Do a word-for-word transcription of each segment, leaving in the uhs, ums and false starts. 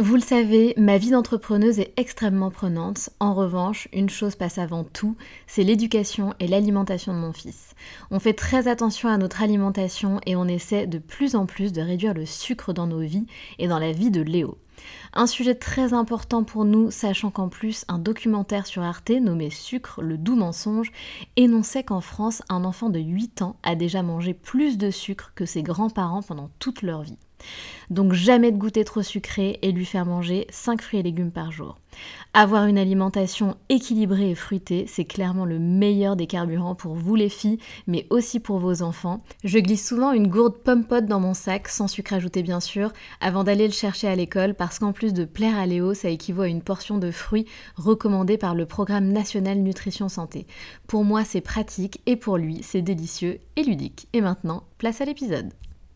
Vous le savez, ma vie d'entrepreneuse est extrêmement prenante. En revanche, une chose passe avant tout, c'est l'éducation et l'alimentation de mon fils. On fait très attention à notre alimentation et on essaie de plus en plus de réduire le sucre dans nos vies et dans la vie de Léo. Un sujet très important pour nous, sachant qu'en plus, un documentaire sur Arte nommé Sucre, le doux mensonge, énonçait qu'en France, un enfant de huit ans a déjà mangé plus de sucre que ses grands-parents pendant toute leur vie. Donc jamais de goûter trop sucré et lui faire manger cinq fruits et légumes par jour. Avoir une alimentation équilibrée et fruitée, c'est clairement le meilleur des carburants pour vous les filles, mais aussi pour vos enfants. Je glisse souvent une gourde pomme-pote dans mon sac, sans sucre ajouté bien sûr, avant d'aller le chercher à l'école, parce qu'en plus de plaire à Léo, ça équivaut à une portion de fruits recommandée par le Programme national nutrition santé. Pour moi, c'est pratique et pour lui, c'est délicieux et ludique. Et maintenant, place à l'épisode.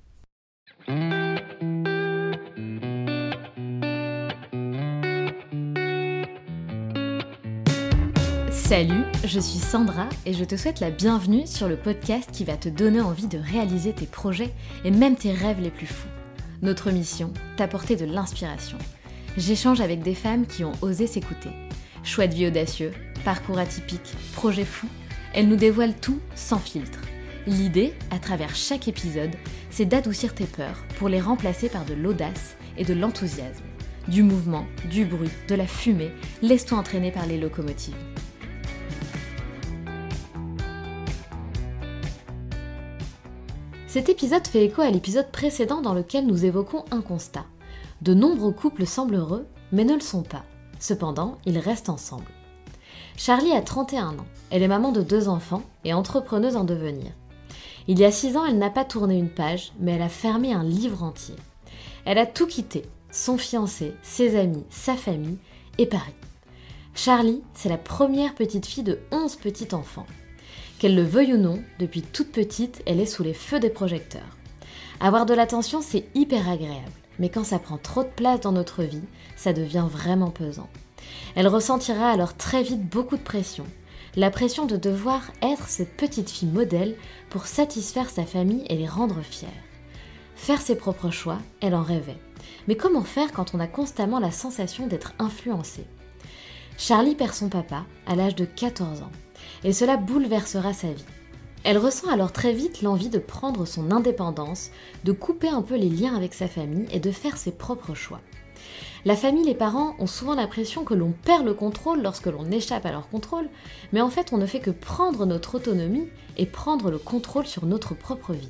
Salut, je suis Sandra et je te souhaite la bienvenue sur le podcast qui va te donner envie de réaliser tes projets et même tes rêves les plus fous. Notre mission, t'apporter de l'inspiration. J'échange avec des femmes qui ont osé s'écouter. Choix de vie audacieux, parcours atypique, projets fous, elles nous dévoilent tout sans filtre. L'idée, à travers chaque épisode, c'est d'adoucir tes peurs pour les remplacer par de l'audace et de l'enthousiasme. Du mouvement, du bruit, de la fumée, laisse-toi entraîner par les locomotives. Cet épisode fait écho à l'épisode précédent dans lequel nous évoquons un constat. De nombreux couples semblent heureux, mais ne le sont pas. Cependant, ils restent ensemble. Charlie a trente et un ans. Elle est maman de deux enfants et entrepreneuse en devenir. Il y a six ans, elle n'a pas tourné une page, mais elle a fermé un livre entier. Elle a tout quitté, son fiancé, ses amis, sa famille et Paris. Charlie, c'est la première petite fille de onze petits-enfants. Qu'elle le veuille ou non, depuis toute petite, elle est sous les feux des projecteurs. Avoir de l'attention, c'est hyper agréable, mais quand ça prend trop de place dans notre vie, ça devient vraiment pesant. Elle ressentira alors très vite beaucoup de pression. La pression de devoir être cette petite fille modèle pour satisfaire sa famille et les rendre fiers. Faire ses propres choix, elle en rêvait. Mais comment faire quand on a constamment la sensation d'être influencé ? Charlie perd son papa à l'âge de quatorze ans. Et cela bouleversera sa vie. Elle ressent alors très vite l'envie de prendre son indépendance, de couper un peu les liens avec sa famille et de faire ses propres choix. La famille, les parents ont souvent l'impression que l'on perd le contrôle lorsque l'on échappe à leur contrôle, mais en fait on ne fait que prendre notre autonomie et prendre le contrôle sur notre propre vie.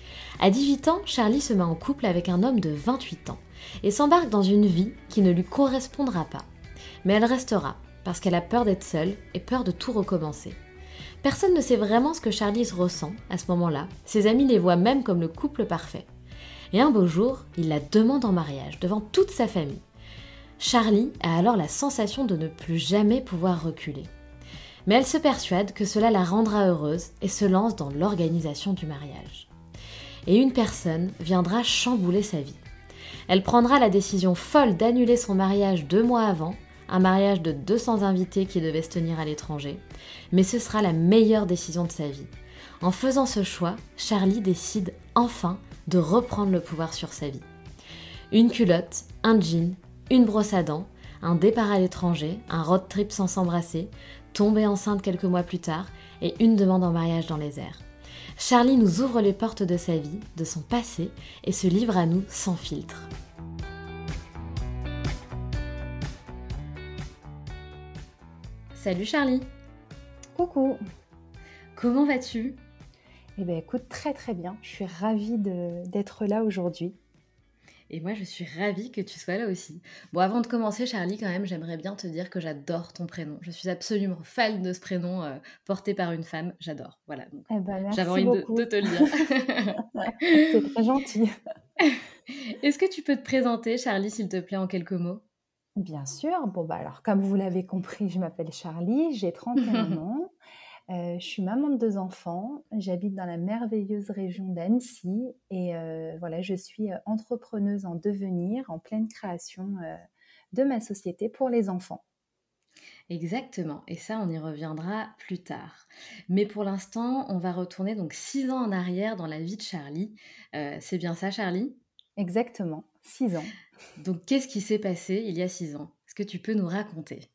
À dix-huit ans, Charlie se met en couple avec un homme de vingt-huit ans et s'embarque dans une vie qui ne lui correspondra pas. Mais elle restera, parce qu'elle a peur d'être seule et peur de tout recommencer. Personne ne sait vraiment ce que Charlie ressent à ce moment-là, ses amis les voient même comme le couple parfait. Et un beau jour, il la demande en mariage devant toute sa famille. Charlie a alors la sensation de ne plus jamais pouvoir reculer. Mais elle se persuade que cela la rendra heureuse et se lance dans l'organisation du mariage. Et une personne viendra chambouler sa vie. Elle prendra la décision folle d'annuler son mariage deux mois avant, un mariage de deux cents invités qui devait se tenir à l'étranger, mais ce sera la meilleure décision de sa vie. En faisant ce choix, Charlie décide enfin de reprendre le pouvoir sur sa vie. Une culotte, un jean, une brosse à dents, un départ à l'étranger, un road trip sans s'embrasser, tomber enceinte quelques mois plus tard et une demande en mariage dans les airs. Charlie nous ouvre les portes de sa vie, de son passé et se livre à nous sans filtre. Salut Charlie. Coucou. Comment vas-tu ? Eh bien écoute, très très bien. Je suis ravie de, d'être là aujourd'hui. Et moi je suis ravie que tu sois là aussi. Bon, avant de commencer Charlie, quand même, j'aimerais bien te dire que j'adore ton prénom. Je suis absolument fan de ce prénom euh, porté par une femme. J'adore. Voilà. Donc, Eh ben j'avais merci envie de, beaucoup. de te le dire. C'est très gentil. Est-ce que tu peux te présenter Charlie, s'il te plaît, en quelques mots ? Bien sûr. Bon bah alors comme vous l'avez compris, je m'appelle Charlie, j'ai trente et un ans. Euh, je suis maman de deux enfants. J'habite dans la merveilleuse région d'Annecy et euh, voilà, je suis euh, entrepreneuse en devenir, en pleine création euh, de ma société pour les enfants. Exactement, et ça on y reviendra plus tard. Mais pour l'instant, on va retourner donc six ans en arrière dans la vie de Charlie. Euh, c'est bien ça Charlie ? Exactement, six ans. Donc qu'est-ce qui s'est passé il y a six ans? Est-ce que tu peux nous raconter?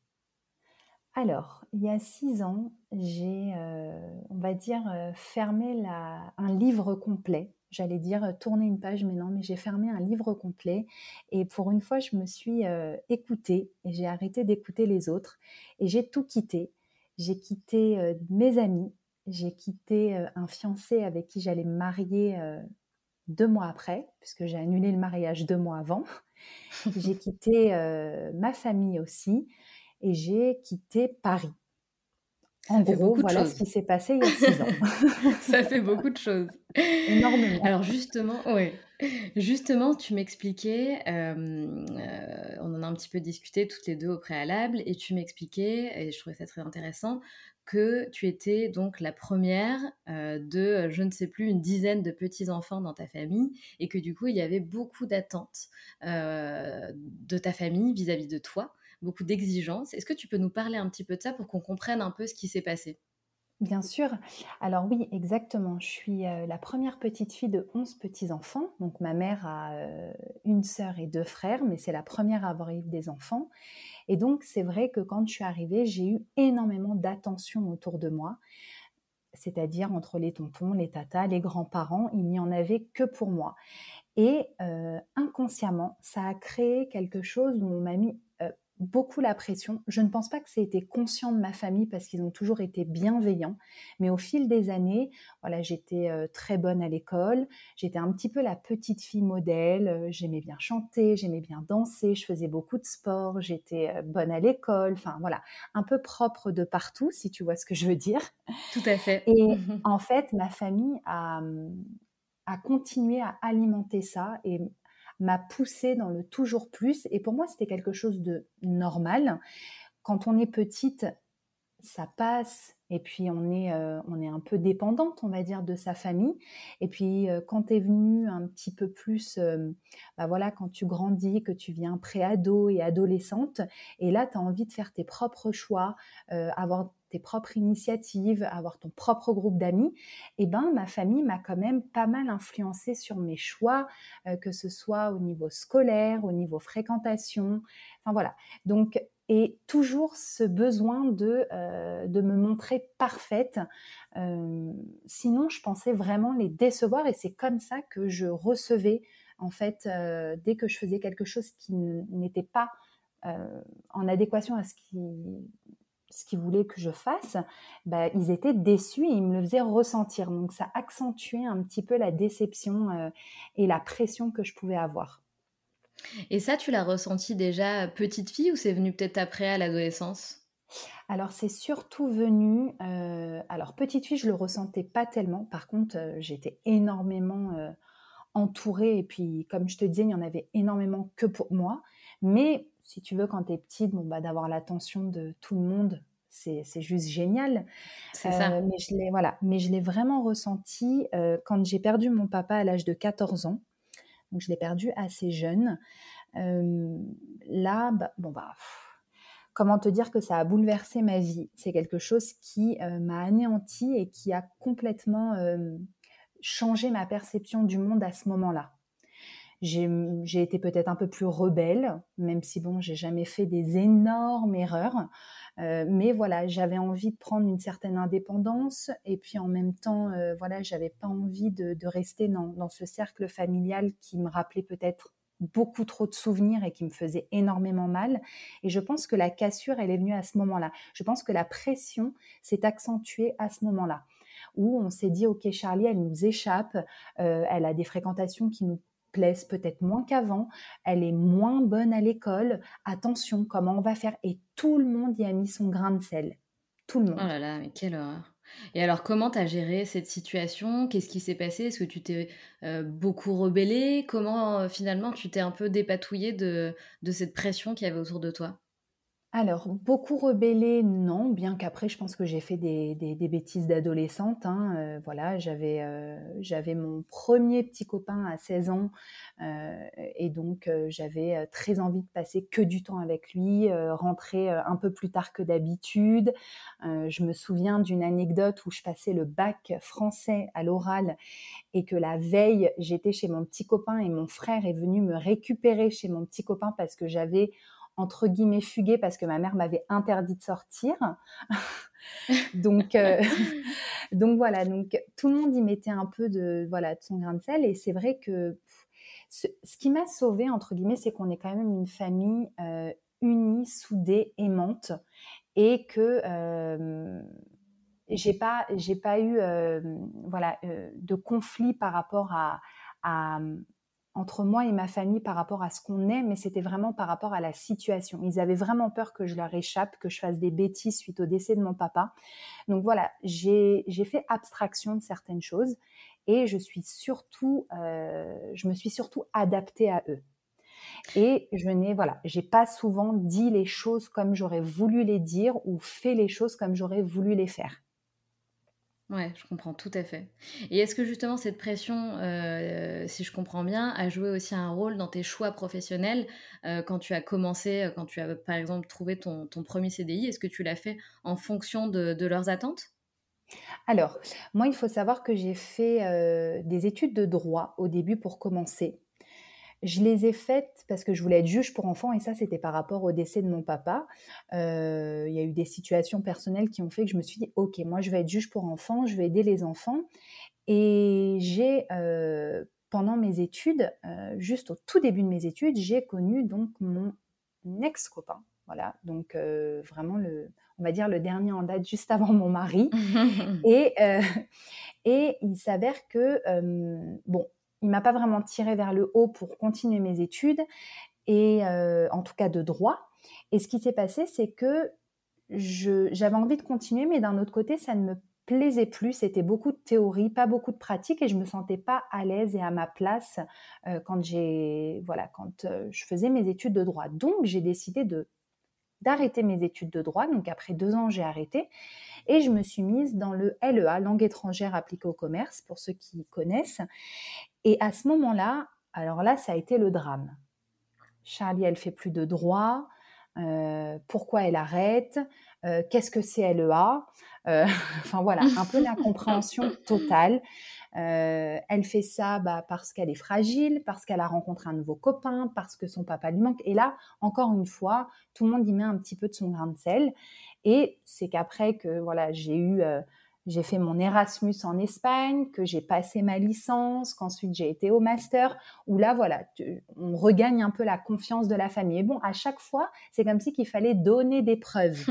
Alors, il y a six ans, j'ai, heu, on va dire, heu, fermé la un livre complet. J'allais dire, heu, tourner une page, mais non, mais j'ai fermé un livre complet et pour une fois, je me suis, heu, écoutée et j'ai arrêté d'écouter les autres et j'ai tout quitté. J'ai quitté, heu, mes amis, j'ai quitté, heu, un fiancé avec qui j'allais me marier, heu, deux mois après, puisque j'ai annulé le mariage deux mois avant. J'ai quitté, heu, ma famille aussi et j'ai quitté Paris. En Ça fait gros, beaucoup de voilà ce choses. qui s'est passé il y a six ans. Ça fait beaucoup de choses. Énormément. Alors justement ouais, justement tu m'expliquais, hem, heu, on en a un petit peu discuté toutes les deux au préalable et tu m'expliquais et je trouvais ça très intéressant, que tu étais donc la première re de, je ne sais plus, une dizaine de petits-enfants dans ta famille et que du coup, il y avait beaucoup d'attentes, heu, de ta famille vis-à-vis de toi, beaucoup d'exigences. Est-ce que tu peux nous parler un petit peu de ça pour qu'on comprenne un peu ce qui s'est passé? Bien sûr. Alors oui, exactement. Je suis, heu, la première petite fille de onze petits-enfants. Donc ma mère a, heu, une sœur et deux frères, mais c'est la première à avoir eu des enfants et donc c'est vrai que quand je suis arrivée, j'ai eu énormément d'attention autour de moi. C'est-à-dire entre les tontons, les tatas, les grands-parents, il n'y en avait que pour moi et heu, inconsciemment, ça a créé quelque chose où on m'a mis, heu, beaucoup la pression. Je ne pense pas que ça ait été conscient de ma famille parce qu'ils ont toujours été bienveillants, mais au fil des années, voilà, j'étais, heu, très bonne à l'école, j'étais un petit peu la petite fille modèle, heu, j'aimais bien chanter, j'aimais bien danser, je faisais beaucoup de sport, j'étais, heu, bonne à l'école, enfin voilà, un peu propre de partout, si tu vois ce que je veux dire Tout à fait. et en fait, ma famille a, mmh, a continué à alimenter ça et m m'a poussée dans le toujours plus et pour moi, c'était quelque chose de normal. Quand on est petite, ça passe et puis on est, heu, on est un peu dépendante, on va dire, de sa famille et puis, heu, quand est venue un petit peu plus, hem, bah, voilà, quand tu grandis, que tu viens pré-ado et adolescente et là, tu as envie de faire tes propres choix, heu, avoir tes propres initiatives, avoir ton propre groupe d'amis et ben, ma famille m'a quand même pas mal influencée sur mes choix, heu, que ce soit au niveau scolaire, au niveau fréquentation, enfin voilà. Donc et toujours ce besoin de, heu, de me montrer parfaite, hem, sinon je pensais vraiment les décevoir et c'est comme ça que je recevais en fait, heu, dès que je faisais quelque chose qui n n'était pas, heu, en adéquation à ce qu'ils ce qu'ils voulaient que je fasse, bah, ils étaient déçus et ils me le faisaient ressentir. Donc ça accentuait un petit peu la déception, heu et la pression que je pouvais avoir. Et ça, tu l'as ressenti déjà petite fille ou c'est venu peut-être après à l'adolescence? Alors c'est surtout venu, heu, alors petite fille, je le ressentais pas tellement. Par contre, heu, j'étais énormément, heu, entourée et puis comme je te disais, il y en avait énormément que pour moi. Mais si tu veux, quand tu es petite, bon, bah, d'avoir l'attention de tout le monde, c'est c'est juste génial. C'est Heu, ça. mais je l'ai voilà, mais je l'ai vraiment ressenti, heu, quand j'ai perdu mon papa à l'âge de quatorze ans. Donc je l'ai perdu assez jeune. Hem, là, bah, bon, bah, comment te dire que ça a bouleversé ma vie? C'est quelque chose qui, heu, m'a anéantie et qui a complètement, hem, changé ma perception du monde à ce moment-là. J'ai, mmh, j'ai été peut-être un peu plus rebelle, même si bon, j'ai jamais fait des énormes erreurs, heu, mais voilà, j'avais envie de prendre une certaine indépendance et puis en même temps, heu, voilà, j'avais pas envie de de rester dans dans ce cercle familial qui me rappelait peut-être beaucoup trop de souvenirs et qui me faisait énormément mal et je pense que la cassure, elle est venue à ce moment-là. Je pense que la pression s'est accentuée à ce moment-là, où on s'est dit: «OK, Charlie, elle nous échappe, heu, elle a des fréquentations qui nous plaisent peut-être moins qu'avant, elle est moins bonne à l'école, attention, comment on va faire?» et tout le monde y a mis son grain de sel, tout le Oh monde. là là, mais quelle horreur! Et alors comment tu as géré cette situation? Qu'est-ce qui s'est passé? Est-ce que tu t'es, heu, beaucoup rebellée? Comment, heu, finalement tu t'es un peu dépatouillée de de cette pression qu'il y avait autour de toi? Alors, beaucoup rebellée, non, bien qu'après je pense que j'ai fait des des des bêtises d'adolescente, hein, heu, voilà, j'avais, heu, j'avais mon premier petit copain à seize ans, heu et donc heu, j'avais, heu, très envie de passer que du temps avec lui, heu, rentrer, heu, un peu plus tard que d'habitude. Heu, je me souviens d'une anecdote où je passais le bac français à l'oral et que la veille, j'étais chez mon petit copain et mon frère est venu me récupérer chez mon petit copain parce que j'avais, entre guillemets, «fugué» parce que ma mère m'avait interdit de sortir. Donc heu, donc voilà, donc tout le monde y mettait un peu de voilà, de son grain de sel et c'est vrai que pff, ce ce qui m'a «sauvée» entre guillemets, c'est qu'on est quand même une famille, heu, unie, soudée, aimante et que, hem, j'ai pas j'ai pas eu, hem, voilà, heu, de conflit par rapport à à, mmh, entre moi et ma famille par rapport à ce qu'on est, mais c'était vraiment par rapport à la situation. Ils avaient vraiment peur que je leur échappe, que je fasse des bêtises suite au décès de mon papa. Donc voilà, j'ai j'ai fait abstraction de certaines choses et je suis surtout, heu, je me suis surtout adaptée à eux et je n'ai voilà, j'ai pas souvent dit les choses comme j'aurais voulu les dire ou fait les choses comme j'aurais voulu les faire. Ouais, je comprends tout à fait. Et est-ce que justement cette pression, heu, si je comprends bien, a joué aussi un rôle dans tes choix professionnels? Heu, quand tu as commencé, heu, quand tu as, par exemple, trouvé ton ton premier C D I, est-ce que tu l'as fait en fonction de de leurs attentes? Alors, moi, il faut savoir que j'ai fait, heu, des études de droit au début pour commencer. Je les ai faites parce que je voulais être juge pour enfants et ça, c'était par rapport au décès de mon papa. Heu, il y a eu des situations personnelles qui ont fait que je me suis dit: «OK, moi, je vais être juge pour enfants, je vais aider les enfants» et j'ai, heu, pendant mes études, heu, juste au tout début de mes études, j'ai connu donc mon ex-copain. Voilà, donc heu, vraiment le on va dire le dernier en date juste avant mon mari et heu et il s'avère que, hem, bon, il m'a pas vraiment tirée vers le haut pour continuer mes études et heu, en tout cas de droit et ce qui s'est passé, c'est que je j'avais envie de continuer, mais d'un autre côté, ça ne me plaisait plus. C'était beaucoup de théorie, pas beaucoup de pratique et je me sentais pas à l'aise et à ma place, heu, quand j'ai voilà, quand, heu, je faisais mes études de droit. Donc j'ai décidé de d'arrêter mes études de droit. Donc après deux ans, j'ai arrêté et je me suis mise dans le L E A, langue étrangère appliquée au commerce, pour ceux qui connaissent. Et à ce moment-là, alors là, ça a été le drame. Charlie, elle fait plus de droit. Euh, pourquoi elle arrête? Euh, Qu'est-ce que c'est L E A? euh, Enfin voilà, un peu l'incompréhension totale. Euh, elle fait ça bah, parce qu'elle est fragile, parce qu'elle a rencontré un nouveau copain, parce que son papa lui manque. Et là, encore une fois, tout le monde y met un petit peu de son grain de sel. Et c'est qu'après que voilà, j'ai eu, euh, j'ai fait mon Erasmus en Espagne, que j'ai passé ma licence, qu'ensuite j'ai été au master, où là voilà, tu- on regagne un peu la confiance de la famille. Et bon, à chaque fois, c'est comme si qu'il fallait donner des preuves.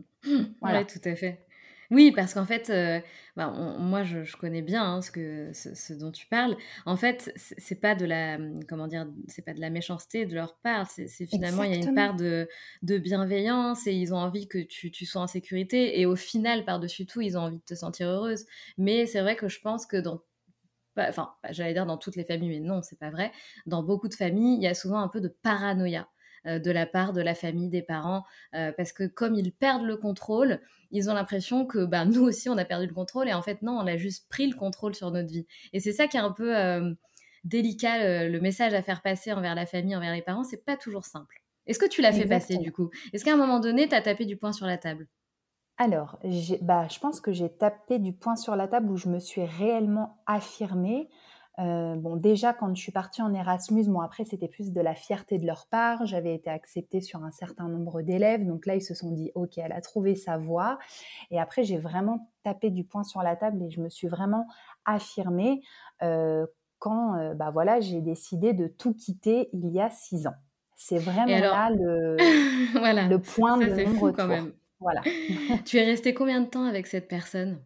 Ouais, Voilà. tout à fait. Oui, parce qu'en fait, heu, bah, on moi, je je connais bien, hein, ce que ce ce dont tu parles. En fait, c'est c'est pas de la, mmh, comment dire? C'est pas de la méchanceté de leur part, c'est c'est finalement, il y a une Exactement. part de de bienveillance et ils ont envie que tu tu sois en sécurité et au final, par-dessus tout, ils ont envie de te sentir heureuse. Mais c'est vrai que je pense que dans bah, enfin, j'allais dire dans toutes les familles, mais non, c'est pas vrai. Dans beaucoup de familles, il y a souvent un peu de paranoïa, heu, de la part de la famille, des parents, heu, parce que comme ils perdent le contrôle, ils ont l'impression que, ben, nous aussi on a perdu le contrôle et en fait non, on a juste pris le contrôle sur notre vie et c'est ça qui est un peu, hem, délicat, heu, le message à faire passer envers la famille, envers les parents, c'est pas toujours simple. Est-ce que tu l'as fait passer du Exactement. coup? Est-ce qu'à un moment donné, tu as tapé du poing sur la table? Alors, j'ai bah, je pense que j'ai tapé du poing sur la table où je me suis réellement affirmée. Heu, bon, déjà, quand je suis partie en Erasmus, bon, après, c'était plus de la fierté de leur part. J'avais été acceptée sur un certain nombre d'élèves, donc là, ils se sont dit: «OK, elle a trouvé sa voie» et après, j'ai vraiment tapé du poing sur la table et je me suis vraiment affirmée, heu, quand, heu, bah, voilà, j'ai décidé de tout quitter il y a six ans. C'est Et vraiment alors là le voilà, le point ça de c'est fou quand non-retour. même. Voilà. Tu es resté combien de temps avec cette personne?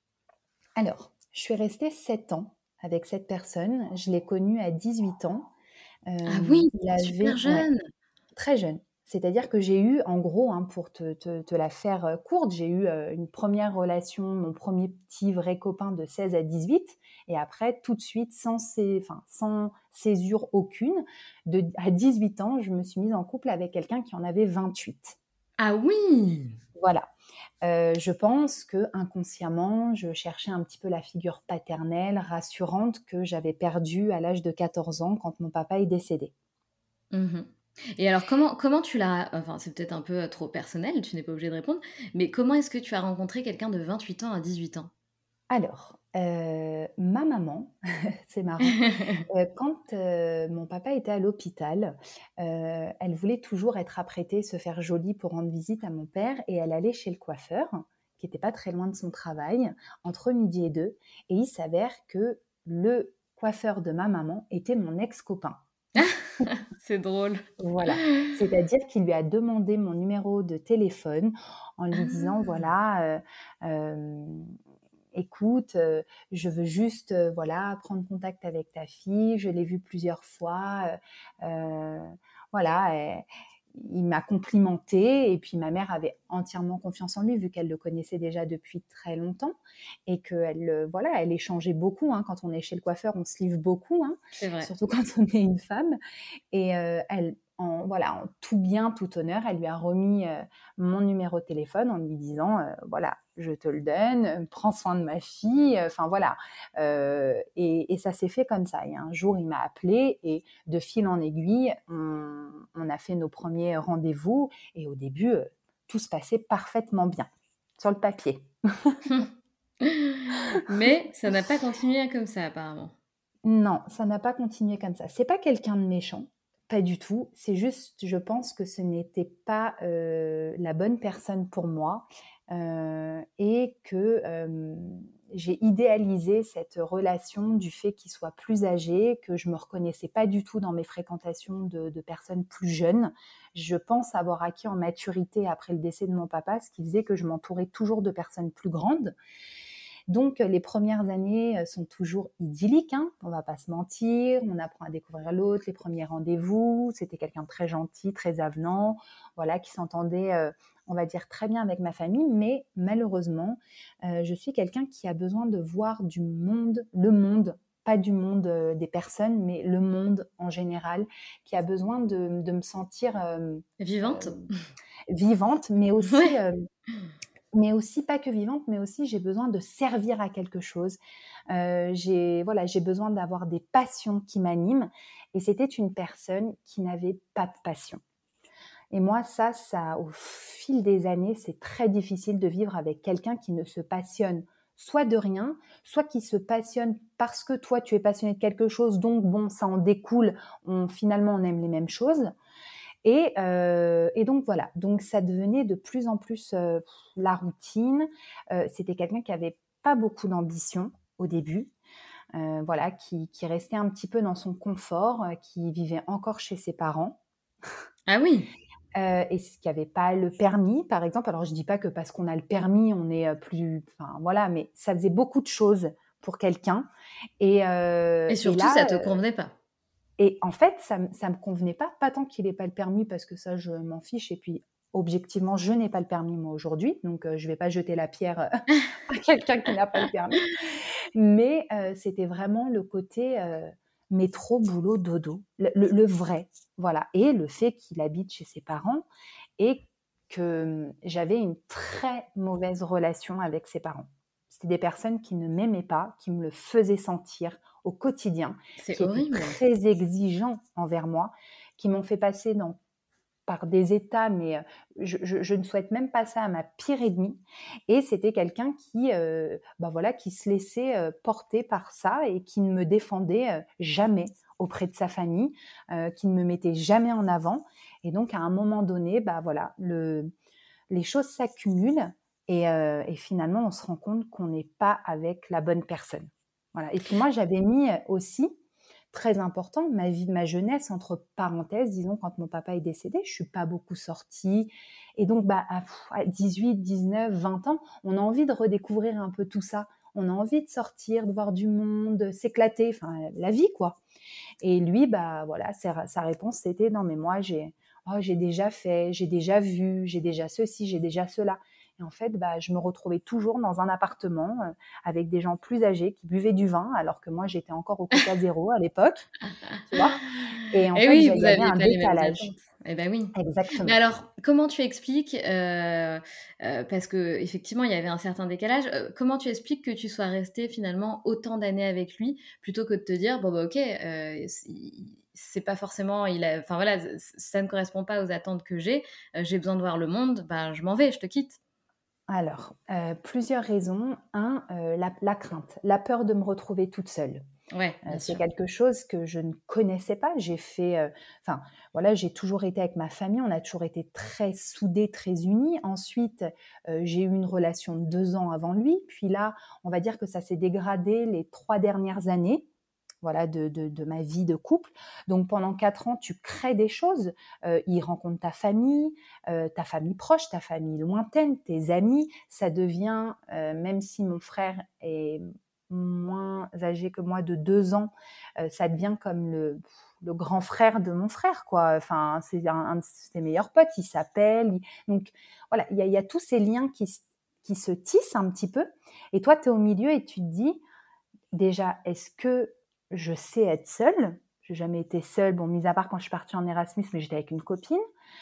Alors, je suis restée sept ans avec cette personne. Je l'ai connu à dix-huit ans. Ah Hem, oui, il super avait ouais, jeune! très jeune. C'est-à-dire que j'ai eu en gros, hein, pour te te te la faire, heu, courte, j'ai eu, heu, une première relation, mon premier petit vrai copain de seize à dix-huit et après tout de suite sans cé enfin, sans césure aucune, de à dix-huit ans, je me suis mise en couple avec quelqu'un qui en avait vingt-huit. Ah oui! Voilà. Heu, je pense qu'inconsciemment, je cherchais un petit peu la figure paternelle rassurante que j'avais perdue à l'âge de quatorze ans quand mon papa est décédé. Mmh. Et alors comment comment tu l'as enfin, c'est peut-être un peu, heu, trop personnel, tu n'es pas obligé de répondre, mais comment est-ce que tu as rencontré quelqu'un de vingt-huit ans à dix-huit ans? Alors, heu, ma maman, c'est marrant, heu, quand, heu, mon papa était à l'hôpital, heu, elle voulait toujours être apprêtée, se faire jolie pour rendre visite à mon père et elle allait chez le coiffeur, qui était pas très loin de son travail, entre midi et deux. Et il s'avère que le coiffeur de ma maman était mon ex-copain. C'est drôle. Voilà, c'est-à-dire qu'il lui a demandé mon numéro de téléphone en lui disant: Ah! «Voilà, heu, hem, écoute, heu, je veux juste, heu, voilà, prendre contact avec ta fille, je l'ai vue plusieurs fois, heu heu, voilà, et il m'a complimenté et puis ma mère avait entièrement confiance en lui vu qu'elle le connaissait déjà depuis très longtemps et qu'elle, heu, voilà, elle échangeait beaucoup, hein. Quand on est chez le coiffeur, on se livre beaucoup, hein, C'est vrai. surtout quand on est une femme. Et heu, elle en voilà, en tout bien, tout honneur, elle lui a remis, heu, mon numéro de téléphone en lui disant, heu: «Voilà, je te le donne, heu, prends soin de ma fille», enfin voilà, heu et et ça s'est fait comme ça. Et un jour, il m'a appelée et de fil en aiguille, on on a fait nos premiers rendez-vous et au début, heu, tout se passait parfaitement bien, sur le papier. Mais ça n'a pas continué comme ça apparemment. Non, ça n'a pas continué comme ça. C'est pas quelqu'un de méchant, pas du tout. C'est juste, je pense que ce n'était pas, heu, la bonne personne pour moi, heu et que, hem, j'ai idéalisé cette relation du fait qu'il soit plus âgé, que je me reconnaissais pas du tout dans mes fréquentations de de personnes plus jeunes. Je pense avoir acquis en maturité après le décès de mon papa, ce qui faisait que je m'entourais toujours de personnes plus grandes. Donc, les premières années, heu, sont toujours idylliques, hein, on va pas se mentir. On apprend à découvrir l'autre, les premiers rendez-vous. C'était quelqu'un de très gentil, très avenant, voilà, qui s'entendait, heu, on va dire très bien avec ma famille. Mais malheureusement, heu, je suis quelqu'un qui a besoin de voir du monde, le monde, pas du monde, heu, des personnes, mais le monde en général, qui a besoin de de me sentir, hem, Vivante? hem, vivante, mais aussi, Ouais. hem mais aussi pas que vivante, mais aussi j'ai besoin de servir à quelque chose. Heu, j'ai voilà, j'ai besoin d'avoir des passions qui m'animent et c'était une personne qui n'avait pas de passion. Et moi ça ça au fil des années, c'est très difficile de vivre avec quelqu'un qui ne se passionne soit de rien, soit qui se passionne parce que toi tu es passionné de quelque chose, donc bon, ça en découle, on finalement on aime les mêmes choses. Et, heu, et donc voilà, donc ça devenait de plus en plus, heu, la routine. Heu, c'était quelqu'un qui avait pas beaucoup d'ambition au début, heu, voilà, qui qui restait un petit peu dans son confort, heu, qui vivait encore chez ses parents, Ah oui! heu, et c qui avait pas le permis, par exemple. Alors je dis pas que parce qu'on a le permis, on est, heu, plus enfin voilà, mais ça faisait beaucoup de choses pour quelqu'un et heu, Et et surtout, ça là, te heu convenait pas? et en fait, ça me ça me convenait pas, pas tant qu'il ait pas le permis parce que ça, je m'en fiche et puis objectivement, je n'ai pas le permis moi aujourd'hui, donc heu, je vais pas jeter la pierre, heu, à quelqu'un qui n'a pas le permis. Mais heu, c'était vraiment le côté, heu, métro, boulot, dodo, le le le vrai, voilà. Et le fait qu'il habite chez ses parents et que, mmh, j'avais une très mauvaise relation avec ses parents. C'était des personnes qui ne m'aimaient pas, qui me le faisaient sentir au quotidien, C'est qui étaient horrible. très exigeants envers moi, qui m'ont fait passer dans par des états, mais heu, je je je ne souhaite même pas ça à ma pire ennemie. Et c'était quelqu'un qui, heu, bah, voilà, qui se laissait, heu, porter par ça et qui ne me défendait, heu, jamais auprès de sa famille, heu, qui ne me mettait jamais en avant. Et donc à un moment donné, bah, voilà, le les choses s'accumulent et heu et finalement on se rend compte qu'on n'est pas avec la bonne personne. Voilà. Et puis moi j'avais mis, heu, aussi, très important, ma vie ma jeunesse entre parenthèses, disons, quand mon papa est décédé. Je suis pas beaucoup sortie et donc bah, à à dix-huit dix-neuf vingt ans, on a envie de redécouvrir un peu tout ça. On a envie de sortir, de voir du monde, de s'éclater, enfin la vie quoi. Et lui, bah, voilà, sa sa réponse c'était: «Non mais moi j'ai oh j'ai déjà fait, j'ai déjà vu, j'ai déjà ceci, j'ai déjà cela». Et en fait, bah, je me retrouvais toujours dans un appartement euh, avec des gens plus âgés qui buvaient du vin, alors que moi, j'étais encore au Coca Zéro à l'époque, tu vois. Et en Et fait, oui, il vous y avait aviez un pas les mêmes décalage. attentes. Eh ben oui. Mais Exactement. alors, comment tu expliques, heu heu, parce qu'effectivement, il y avait un certain décalage, heu, comment tu expliques que tu sois restée finalement autant d'années avec lui, plutôt que de te dire: «Bon, bah, OK, heu, c i c'est pas forcément il a enfin voilà, ç ça ne correspond pas aux attentes que j'ai, heu, j'ai besoin de voir le monde, ben, je m'en vais, je te quitte». Alors, heu, plusieurs raisons. Un, heu, la la crainte, la peur de me retrouver toute seule. Ouais, Heu, bien c'est sûr. quelque chose que je ne connaissais pas. J'ai fait, heu, enfin, voilà, j'ai toujours été avec ma famille, on a toujours été très soudés, très unis. Ensuite, heu, j'ai eu une relation de deux ans avant lui, puis là, on va dire que ça s'est dégradé les trois dernières années, voilà, de de de ma vie de couple. Donc pendant quatre ans, tu crées des choses, heu, il rencontre ta famille, heu, ta famille proche, ta famille lointaine, tes amis. Ça devient, heu, même si mon frère est moins âgé que moi de deux ans, heu, ça devient comme le le grand frère de mon frère, quoi. Enfin, c'est un un de ses meilleurs potes, il s'appelle, il donc voilà, il y a il y a tous ces liens qui s qui se tissent un petit peu et toi, tu es au milieu et tu te dis: «Déjà, est-ce que je sais être seule?» J'ai jamais été seule, bon, mis à part quand je suis partie en Erasmus, mais j'étais avec une copine.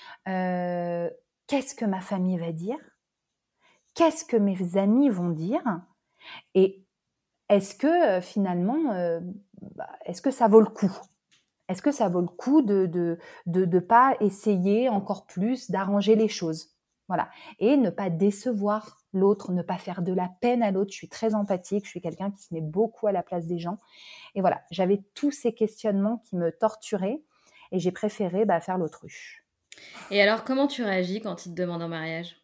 Heu, Qu'est-ce que ma famille va dire? Qu'est-ce que mes amis vont dire? Et est-ce que, heu, finalement, heu, bah, est-ce que ça vaut le coup? Est-ce que ça vaut le coup de de de de pas essayer encore plus d'arranger les choses? Voilà, et ne pas décevoir l'autre, ne pas faire de la peine à l'autre. Je suis très empathique, je suis quelqu'un qui se met beaucoup à la place des gens et voilà, j'avais tous ces questionnements qui me torturaient et j'ai préféré, bah, faire l'autruche. Et alors, comment tu réagis quand il te demande en mariage?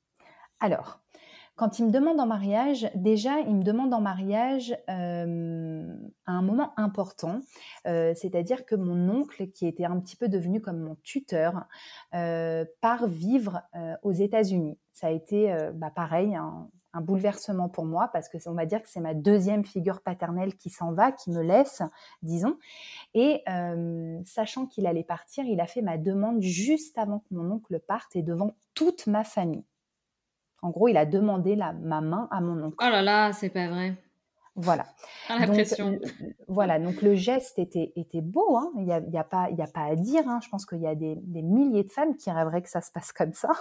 Alors, quand il me demande en mariage, déjà, il me demande en mariage, hem, à un moment important, heu, c'est-à-dire que mon oncle, qui était un petit peu devenu comme mon tuteur, heu, part vivre, heu, aux États-Unis. Ça a été, heu, bah, pareil, un un bouleversement pour moi parce que c'est on va dire que c'est ma deuxième figure paternelle qui s'en va, qui me laisse, disons et hem, sachant qu'il allait partir, il a fait ma demande juste avant que mon oncle parte et devant toute ma famille. En gros, il a demandé la ma main à mon Oh oncle. là là, c'est pas vrai. Voilà. Ah la Donc pression. le le voilà, donc le geste était était beau, hein, il y a il y a pas il y a pas à dire, hein. Je pense qu'il y a des des milliers de femmes qui rêveraient que ça se passe comme ça.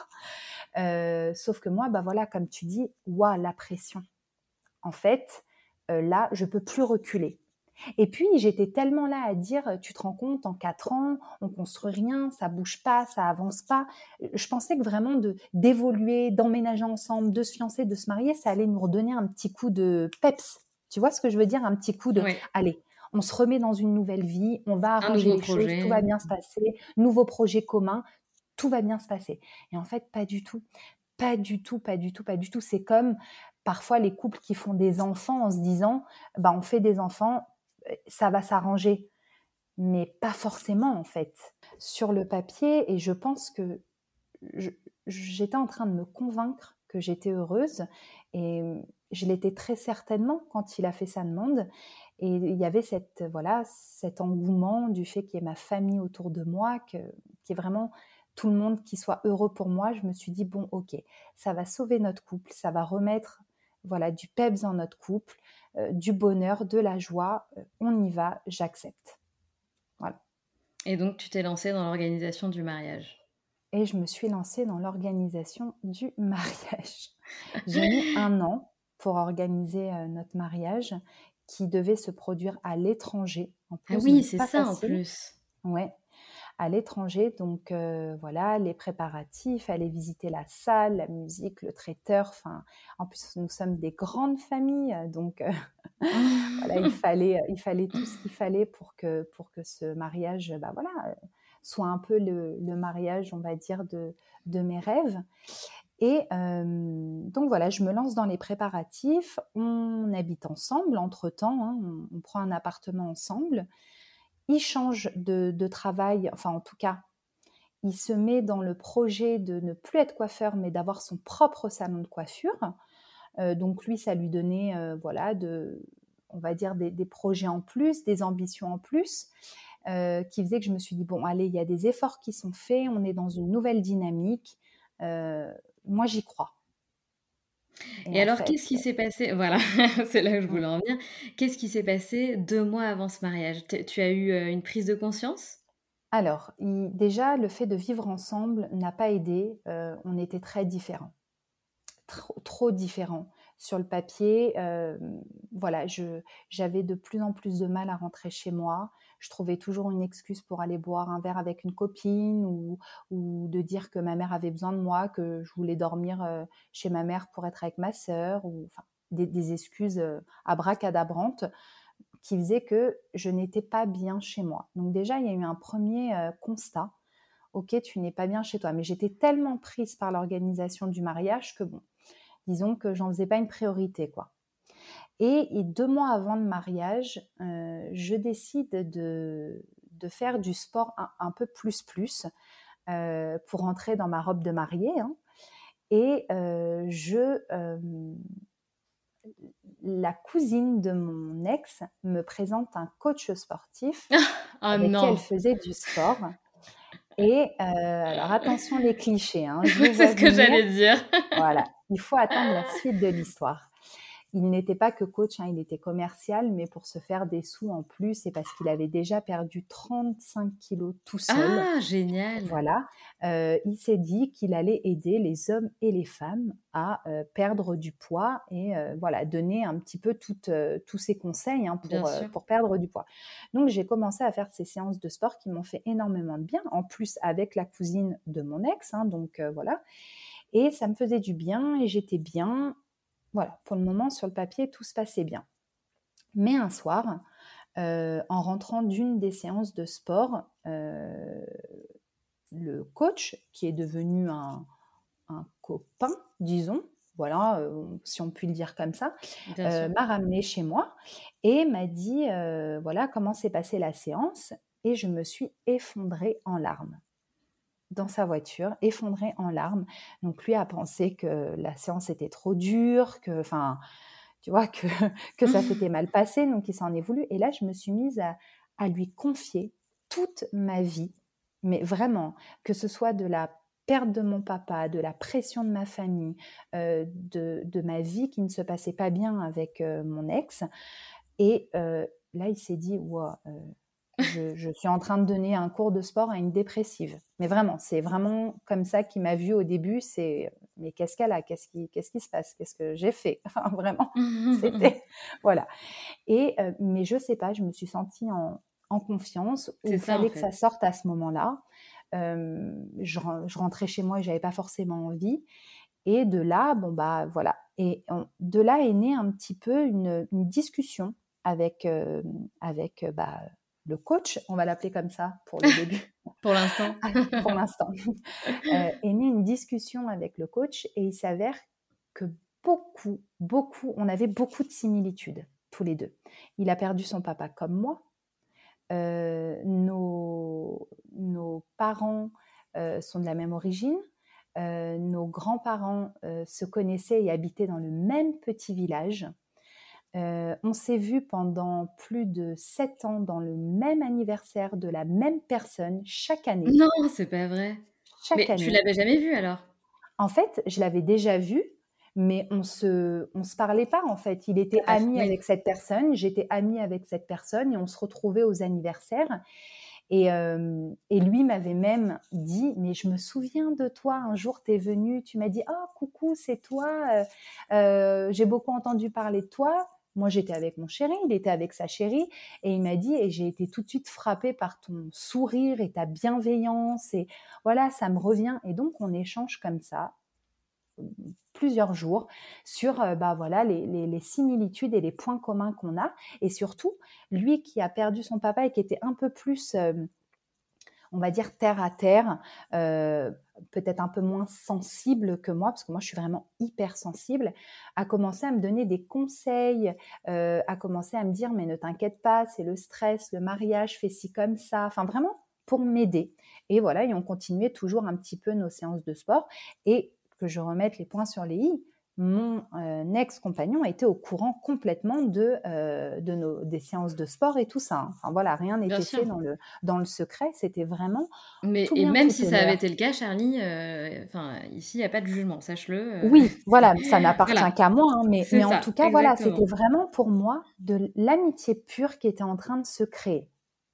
Heu, sauf que moi, bah, voilà, comme tu dis, waouh, la pression. En fait, heu, là, je peux plus reculer. Et puis, j'étais tellement là à dire: «Tu te rends compte, en quatre ans, on construit rien, ça bouge pas, ça avance pas». Je pensais que vraiment de d'évoluer, d'emménager ensemble, de se fiancer, de se marier, ça allait nous redonner un petit coup de peps. Tu vois ce que je veux dire? Un petit coup de: Ouais, «Allez, on se remet dans une nouvelle vie, on va un arranger nouveau les choses, tout projet. va bien se passer, nouveau projet commun, tout va bien se passer». Et en fait, pas du tout. Pas du tout, pas du tout, pas du tout. C'est comme parfois les couples qui font des enfants en se disant: «Bah, on fait des enfants, heu, ça va s'arranger». Mais pas forcément en fait. Sur le papier et je pense que je j'étais en train de me convaincre que j'étais heureuse et mmh, je l'étais très certainement quand il a fait sa demande et il y avait cette, voilà, cet engouement du fait qu'il y ait ma famille autour de moi, que qu'il y ait vraiment tout le monde qui soit heureux pour moi. Je me suis dit: «Bon, OK, ça va sauver notre couple, ça va remettre, voilà, du peps dans notre couple, heu, du bonheur, de la joie, heu, on y va, j'accepte». Voilà. Et donc tu t'es lancée dans l'organisation du mariage. Et je me suis lancée dans l'organisation du mariage. J'ai mis un an pour organiser, heu, notre mariage qui devait se produire à l'étranger en Ah plus, oui, donc c'est pas ça en facile. plus. Ouais, à l'étranger donc heu, voilà, les préparatifs, aller visiter la salle, la musique, le traiteur, enfin, en plus nous sommes des grandes familles, heu, donc heu, voilà, il fallait, il fallait tout ce qu'il fallait pour que pour que ce mariage, bah, voilà, heu, soit un peu le le mariage, on va dire, de de mes rêves et hem, donc voilà, je me lance dans les préparatifs. On habite ensemble entre-temps, hein, on on prend un appartement ensemble. Il change de de travail, enfin, en tout cas, il se met dans le projet de ne plus être coiffeur, mais d'avoir son propre salon de coiffure. Heu, donc lui, ça lui donnait, heu, voilà, de on va dire des des projets en plus, des ambitions en plus, heu, qui faisaient que je me suis dit: «Bon allez, il y a des efforts qui sont faits, on est dans une nouvelle dynamique, heu, moi j'y crois». Et Et en alors, fait, qu'est-ce qui s'est passé? Voilà, c'est là que je mmh. voulais en venir. Qu'est-ce qui s'est passé deux mois avant ce mariage? Tu tu as eu, heu, une prise de conscience? Alors, i déjà, le fait de vivre ensemble n'a pas aidé, heu, on était très différents. Trop trop différents. Sur le papier, hem, voilà, je j'avais de plus en plus de mal à rentrer chez moi. Je trouvais toujours une excuse pour aller boire un verre avec une copine ou ou de dire que ma mère avait besoin de moi, que je voulais dormir, heu, chez ma mère pour être avec ma sœur ou enfin des des excuses, heu, abracadabrantes qui faisaient que je n'étais pas bien chez moi. Donc déjà, il y a eu un premier er constat: «OK, tu n'es pas bien chez toi». Mais j'étais tellement prise par l'organisation du mariage que bon, disons que j'en faisais pas une priorité, quoi. Et et deux mois avant le mariage, heu, je décide de de faire du sport un un peu plus plus, heu, pour entrer dans ma robe de mariée, hein. Et heu, je, hem, la cousine de mon ex me présente un coach sportif Oh avec qui elle non! faisait du sport. Et heu, alors attention les clichés, hein, je Oui, vous c'est vois ce que venir. j'allais dire. Voilà, il faut attendre la suite de l'histoire. Il n'était pas que coach, hein, il était commercial, mais pour se faire des sous en plus et parce qu'il avait déjà perdu trente-cinq kilos tout seul. Ah! Génial! Voilà, heu, il s'est dit qu'il allait aider les hommes et les femmes à, heu, perdre du poids et heu, voilà, donner un petit peu toutes, heu, tous ses conseils, hein, Bien pour, heu, sûr. pour perdre du poids. Donc j'ai commencé à faire ces séances de sport qui m'ont fait énormément de bien, en plus avec la cousine de mon ex, hein, donc heu, voilà. Et ça me faisait du bien et j'étais bien. Voilà, pour le moment, sur le papier, tout se passait bien. Mais un soir, heu, en rentrant d'une des séances de sport, heu, le coach, qui est devenu un un copain, disons, voilà, heu, si on peut le dire comme ça, Bien heu, sûr. m'a ramenée chez moi et m'a dit, heu, voilà, comment s'est passée la séance et je me suis effondrée en larmes dans sa voiture, effondrée en larmes. Donc lui a pensé que la séance était trop dure, que enfin, tu vois? Que que ça s'était mal passé, donc il s'en est voulu et là, je me suis mise à à lui confier toute ma vie, mais vraiment, que ce soit de la perte de mon papa, de la pression de ma famille, heu, de de ma vie qui ne se passait pas bien avec, heu, mon ex et heu, là, il s'est dit: «Waouh, heu, je je suis en train de donner un cours de sport à une dépressive». Mais vraiment, c'est vraiment comme ça qu'il m'a vue au début, c'est: «Mais qu'est-ce qu'elle a? Qu'est-ce qui qu'est-ce qui se passe? Qu'est-ce que j'ai fait?» Enfin vraiment, c'était voilà. Et heu, mais je sais pas, je me suis sentie en en confiance C'est où il ça, en fallait que fait. ça sorte à ce moment-là. Hem, je ren je rentrais chez moi et j'avais pas forcément envie et de là, bon, bah, voilà et on de là est née un petit peu une, une discussion avec, hem, avec, heu, bah, le coach, on va l'appeler comme ça pour le début, Pour l'instant. pour l'instant. Heu, est née une discussion avec le coach et il s'avère que beaucoup, beaucoup on avait beaucoup de similitudes tous les deux. Il a perdu son papa comme moi, heu, nos nos parents, heu, sont de la même origine, heu, nos grands-parents, heu, se connaissaient et habitaient dans le même petit village. Heu, on s'est vus pendant plus de sept ans dans le même anniversaire de la même personne chaque année, Non, c'est pas vrai. chaque Mais tu année. l'avais jamais vu alors? En fait, je l'avais déjà vu, mais on se on se parlait pas, en fait. Il était Ah ami oui. avec cette personne, j'étais amie avec cette personne et on se retrouvait aux anniversaires et hem et lui m'avait même dit: «Mais je me souviens de toi, un jour tu es venu, tu m'as dit: "Oh coucou, c'est toi, heu heu, j'ai beaucoup entendu parler de toi"». Moi, j'étais avec mon chéri, il était avec sa chérie et il m'a dit: «Et j'ai été tout de suite frappée par ton sourire et ta bienveillance et voilà, ça me revient» et donc on échange comme ça plusieurs jours sur, heu, bah, voilà les les les similitudes et les points communs qu'on a et surtout, lui qui a perdu son papa et qui était un peu plus, hem, on va dire terre à terre, heu, peut-être un peu moins sensible que moi, parce que moi je suis vraiment hyper sensible, a commencé à me donner des conseils, heu, a commencé à me dire: «Mais ne t'inquiète pas, c'est le stress, le mariage, fais ci comme ça», enfin vraiment pour m'aider et voilà et on continuait toujours un petit peu nos séances de sport et que je remette les points sur les i, mon euh, ex-compagnon était au courant complètement de, euh, de nos, des séances de sport et tout ça, hein. Enfin voilà, rien Bien n'était sûr. fait dans le, dans le secret, c'était vraiment Mais tout et bien, même tout si ça avait honneur. été le cas, Charlie, heu, enfin, ici, il y a pas de jugement, sache-le, heu, Oui, voilà, ça c'est n'appartient voilà, qu'à moi, hein, mais, c'est mais en ça, tout cas, voilà, c'était exactement. vraiment pour moi de l'amitié pure qui était en train de se créer.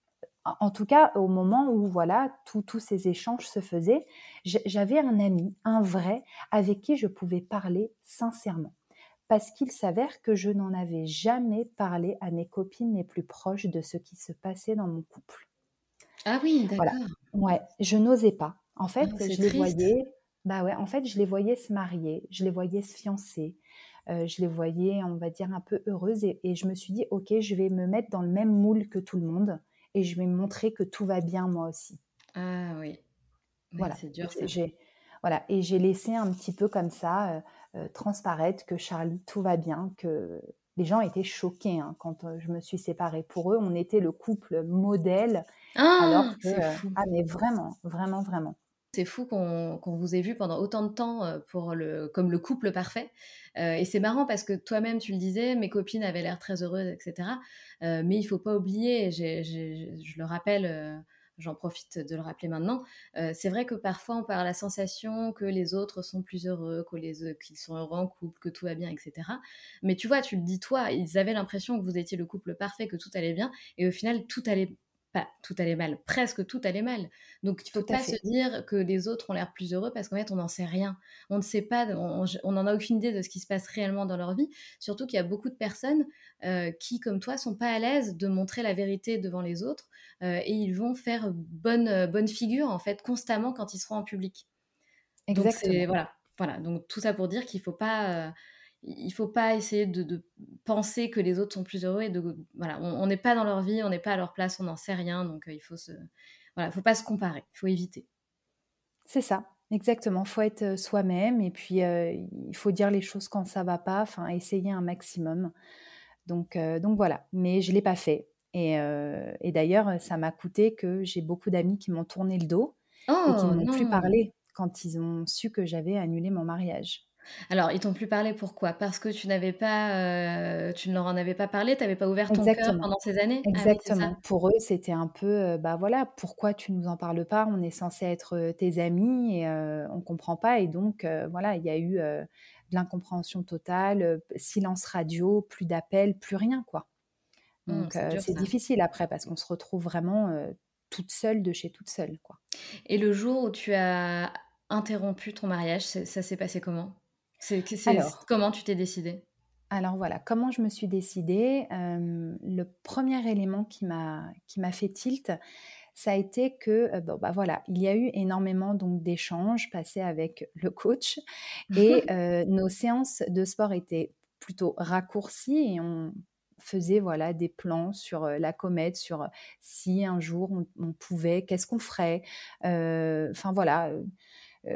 En en tout cas, au moment où voilà, tous tous ces échanges se faisaient, j j'avais un ami, un vrai, avec qui je pouvais parler sincèrement. Parce qu'il s'avère que je n'en avais jamais parlé à mes copines les plus proches de ce qui se passait dans mon couple. Ah oui, Voilà. d'accord. Ouais, je n'osais pas. En Ah, fait, c'est je les triste. voyais bah, ouais, en fait, je les voyais se marier, je les voyais se fiancer, heu, je les voyais, on va dire, un peu heureuses et et je me suis dit: «OK, je vais me mettre dans le même moule que tout le monde et je vais me montrer que tout va bien moi aussi». Ah oui, oui, Voilà, c'est dur j'ai ça. j'ai voilà et j'ai laissé un petit peu comme ça, heu heu, transparaître que Charlie, tout va bien, que les gens étaient choqués, hein, quand, heu, je me suis séparée. Pour eux, on était le couple modèle alors Ah! que, C'est heu fou. ah mais vraiment, vraiment, vraiment. C'est fou qu'on qu'on vous ait vu pendant autant de temps, heu, pour le comme le couple parfait, heu et c'est marrant parce que toi-même tu le disais, mes copines avaient l'air très heureuses et cetera, heu, mais il faut pas oublier, j'ai j'ai je le rappelle, heu, j'en profite de le rappeler maintenant, heu, c'est vrai que parfois on peut avoir la sensation que les autres sont plus heureux, que les heu, qu'ils sont heureux en couple, que tout va bien et cetera. Mais tu vois, tu le dis toi, ils avaient l'impression que vous étiez le couple parfait, que tout allait bien et au final tout allait pas tout allait mal, presque tout allait mal. Donc il faut Tout à pas se fait. dire que les autres ont l'air plus heureux parce qu'en fait on n'en sait rien. On ne sait pas, on on n'en a aucune idée de ce qui se passe réellement dans leur vie. Surtout qu'il y a beaucoup de personnes euh, qui, comme toi, sont pas à l'aise de montrer la vérité devant les autres euh, et ils vont faire bonne euh, bonne figure en fait constamment quand ils seront en public. Donc c'est Exactement. voilà, voilà. Donc tout ça pour dire qu'il faut pas, euh, il faut pas essayer de, de penser que les autres sont plus heureux et de voilà, on on n'est pas dans leur vie, on n'est pas à leur place, on n'en sait rien, donc euh, il faut se voilà, faut pas se comparer, il faut éviter. C'est ça, exactement. Faut être, heu, soi-même et puis, heu, il faut dire les choses quand ça va pas, enfin essayer un maximum. Donc heu, donc voilà, mais je l'ai pas fait et heu et d'ailleurs, ça m'a coûté que j'ai beaucoup d'amis qui m'ont tourné le dos et qui Oh ne m'ont plus non! parlé quand ils ont su que j'avais annulé mon mariage. Alors ils t'ont plus parlé pourquoi? Parce que tu n'avais pas, heu, tu ne leur en avais pas parlé? Tu avais pas ouvert ton cœur Exactement. pendant ces années? Ah oui, c'est ça? Exactement. Pour eux, c'était un peu, heu, bah, voilà: «Pourquoi tu nous en parles pas? On est censés être, heu, tes amis et heu, on comprend pas» et donc heu, voilà, il y a eu, heu, de l'incompréhension totale, heu, p silence radio, plus d'appels, plus rien, quoi. Mmh, Donc c'est heu, dur c'est ça. difficile après parce qu'on se retrouve vraiment, heu, toute seule de chez toute seule, quoi. Et le jour où tu as interrompu ton mariage, c'est ça s'est passé comment? C'est que c'est Alors comment tu t'es décidée? alors voilà, comment je me suis décidée? Hem, le premier élément qui m'a qui m'a fait tilt, ça a été que, heu, bon, bah, voilà, il y a eu énormément donc d'échanges passés avec le coach et heu, nos séances de sport étaient plutôt raccourcies et on faisait, voilà, des plans sur, heu, la comète, sur, heu, si un jour on on pouvait, qu'est-ce qu'on ferait? Heu, enfin voilà, heu, heu,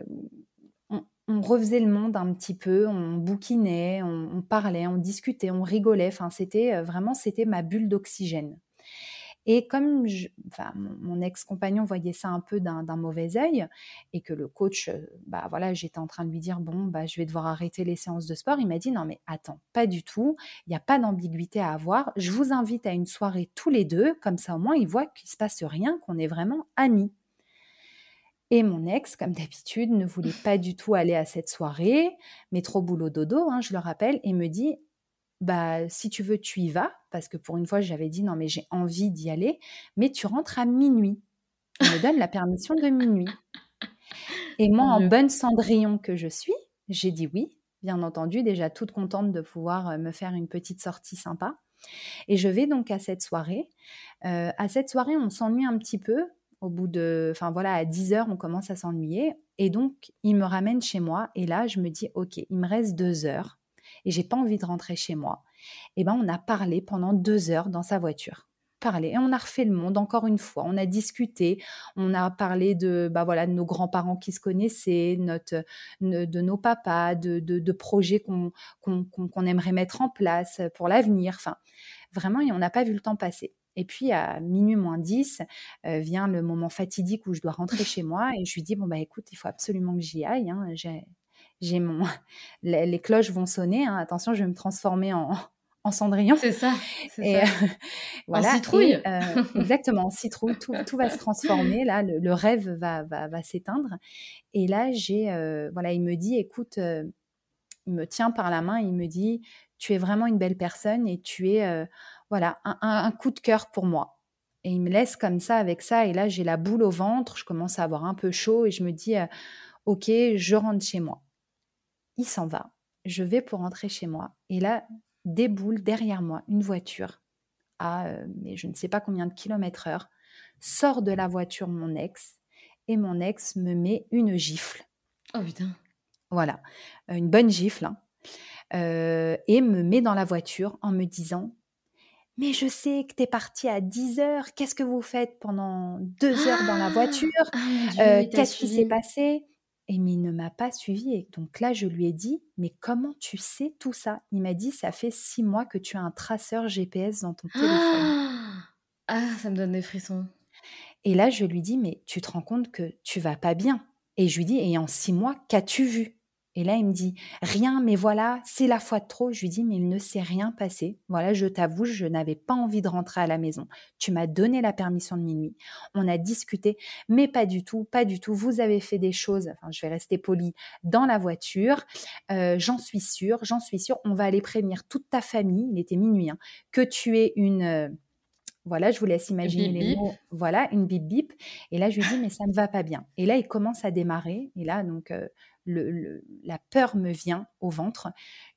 on on refaisait le monde un petit peu, on bouquinait, on on parlait, on discutait, on rigolait, enfin c'était, heu, vraiment c'était ma bulle d'oxygène. Et comme je enfin, mon mon ex-compagnon voyait ça un peu d'un d'un mauvais œil et que le coach, heu, bah, voilà, j'étais en train de lui dire: «Bon, bah, je vais devoir arrêter les séances de sport». Il m'a dit: «Non mais attends, pas du tout, il y a pas d'ambiguïté à avoir. Je vous invite à une soirée tous les deux, comme ça au moins ils voient qu'il se passe rien, qu'on est vraiment amis». Et mon ex, comme d'habitude, ne voulait pas du tout aller à cette soirée, métro boulot dodo, hein, je le rappelle, et me dit: «Bah, si tu veux, tu y vas», parce que pour une fois, j'avais dit: «Non, mais j'ai envie d'y aller, mais tu rentres à minuit. Il me donne la permission de minuit. Et moi, Mon en Dieu. bonne Cendrillon que je suis, j'ai dit oui, bien entendu, déjà toute contente de pouvoir, heu, me faire une petite sortie sympa et je vais donc à cette soirée. Heu, à cette soirée, on s'ennuie un petit peu. Au bout de enfin voilà, à dix heures, on commence à s'ennuyer et donc il me ramène chez moi et là, je me dis: «OK, il me reste deux heures et j'ai pas envie de rentrer chez moi». Et ben, on a parlé pendant deux heures dans sa voiture. Parlé et on a refait le monde encore une fois. On a discuté, on a parlé de, bah, voilà, de nos grands-parents qui se connaissaient, notre ne de nos papas, de de de projets qu'on qu'on qu'on qu'on aimerait mettre en place, pour l'avenir. Enfin, vraiment et on n'a pas vu le temps passer. Et puis à minuit moins dix, heu, vient le moment fatidique où je dois rentrer chez moi et je lui dis: «Bon, bah, écoute, il faut absolument que j'y aille, hein, j'ai j'ai mon les les cloches vont sonner, hein, attention, je vais me transformer en en Cendrillon C'est ça, c'est et ça. En voilà et citrouille? heu, exactement, en citrouille, tout tout va se transformer là, le le rêve va va va s'éteindre et là, j'ai, heu, voilà, il me dit: «Écoute», heu, il me tient par la main, il me dit: «Tu es vraiment une belle personne et tu es, heu, voilà, un un un coup de cœur pour moi» et il me laisse comme ça avec ça et là, j'ai la boule au ventre, je commence à avoir un peu chaud et je me dis, heu: «OK, je rentre chez moi». Il s'en va, je vais pour rentrer chez moi et là, déboule derrière moi une voiture à, heu, mais je ne sais pas combien de kilomètres heure, sort de la voiture mon ex et mon ex me met une gifle. Oh putain. Voilà, heu, une bonne gifle, hein, heu et me met dans la voiture en me disant: «Mais je sais que tu es parti à dix heures. Qu'est-ce que vous faites pendant deux heures dans la voiture? Ah mon Dieu, Heu, il t'a qu'est-ce qui s'est suivi. passé?» et mais il ne m'a pas suivie et donc là, je lui ai dit: «Mais comment tu sais tout ça?» Il m'a dit: «Ça fait six mois que tu as un traceur G P S dans ton téléphone». Ah, ça me donne des frissons. Et là, je lui dis: «Mais tu te rends compte que tu vas pas bien?» et je lui dis: «Et en six mois, qu'as-tu vu?» et là, il me dit: «Rien, mais voilà, c'est la fois de trop». Je lui dis: «Mais il ne s'est rien passé. Voilà, je t'avoue, je n'avais pas envie de rentrer à la maison. Tu m'as donné la permission de minuit. On a discuté, mais pas du tout, pas du tout. Vous avez fait des choses», enfin, je vais rester polie, «dans la voiture. Heu, j'en suis sûre, j'en suis sûre. On va aller prévenir toute ta famille», il était minuit, hein, «que tu es une, heu» voilà, je vous laisse imaginer Bip les bip. mots, voilà, une bip bip et là, je lui dis: «Mais ça ne va pas bien» et là, il commence à démarrer et là, donc heu, le le la peur me vient au ventre.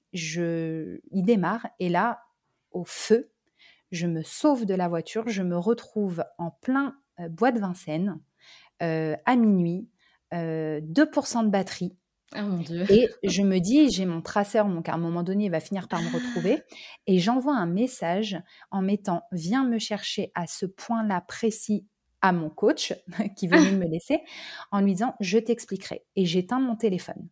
Je il démarre et là, au feu, je me sauve de la voiture, je me retrouve en plein, heu, bois de Vincennes, heu, à minuit, heu, deux de batterie Ah mon Dieu. et je me dis: «J'ai mon traceur, donc à un moment donné, il va finir par me retrouver» et j'envoie un message en mettant: «Viens me chercher à ce point-là précis» à mon coach qui venait de me laisser, en lui disant: «Je t'expliquerai» et j'éteins mon téléphone.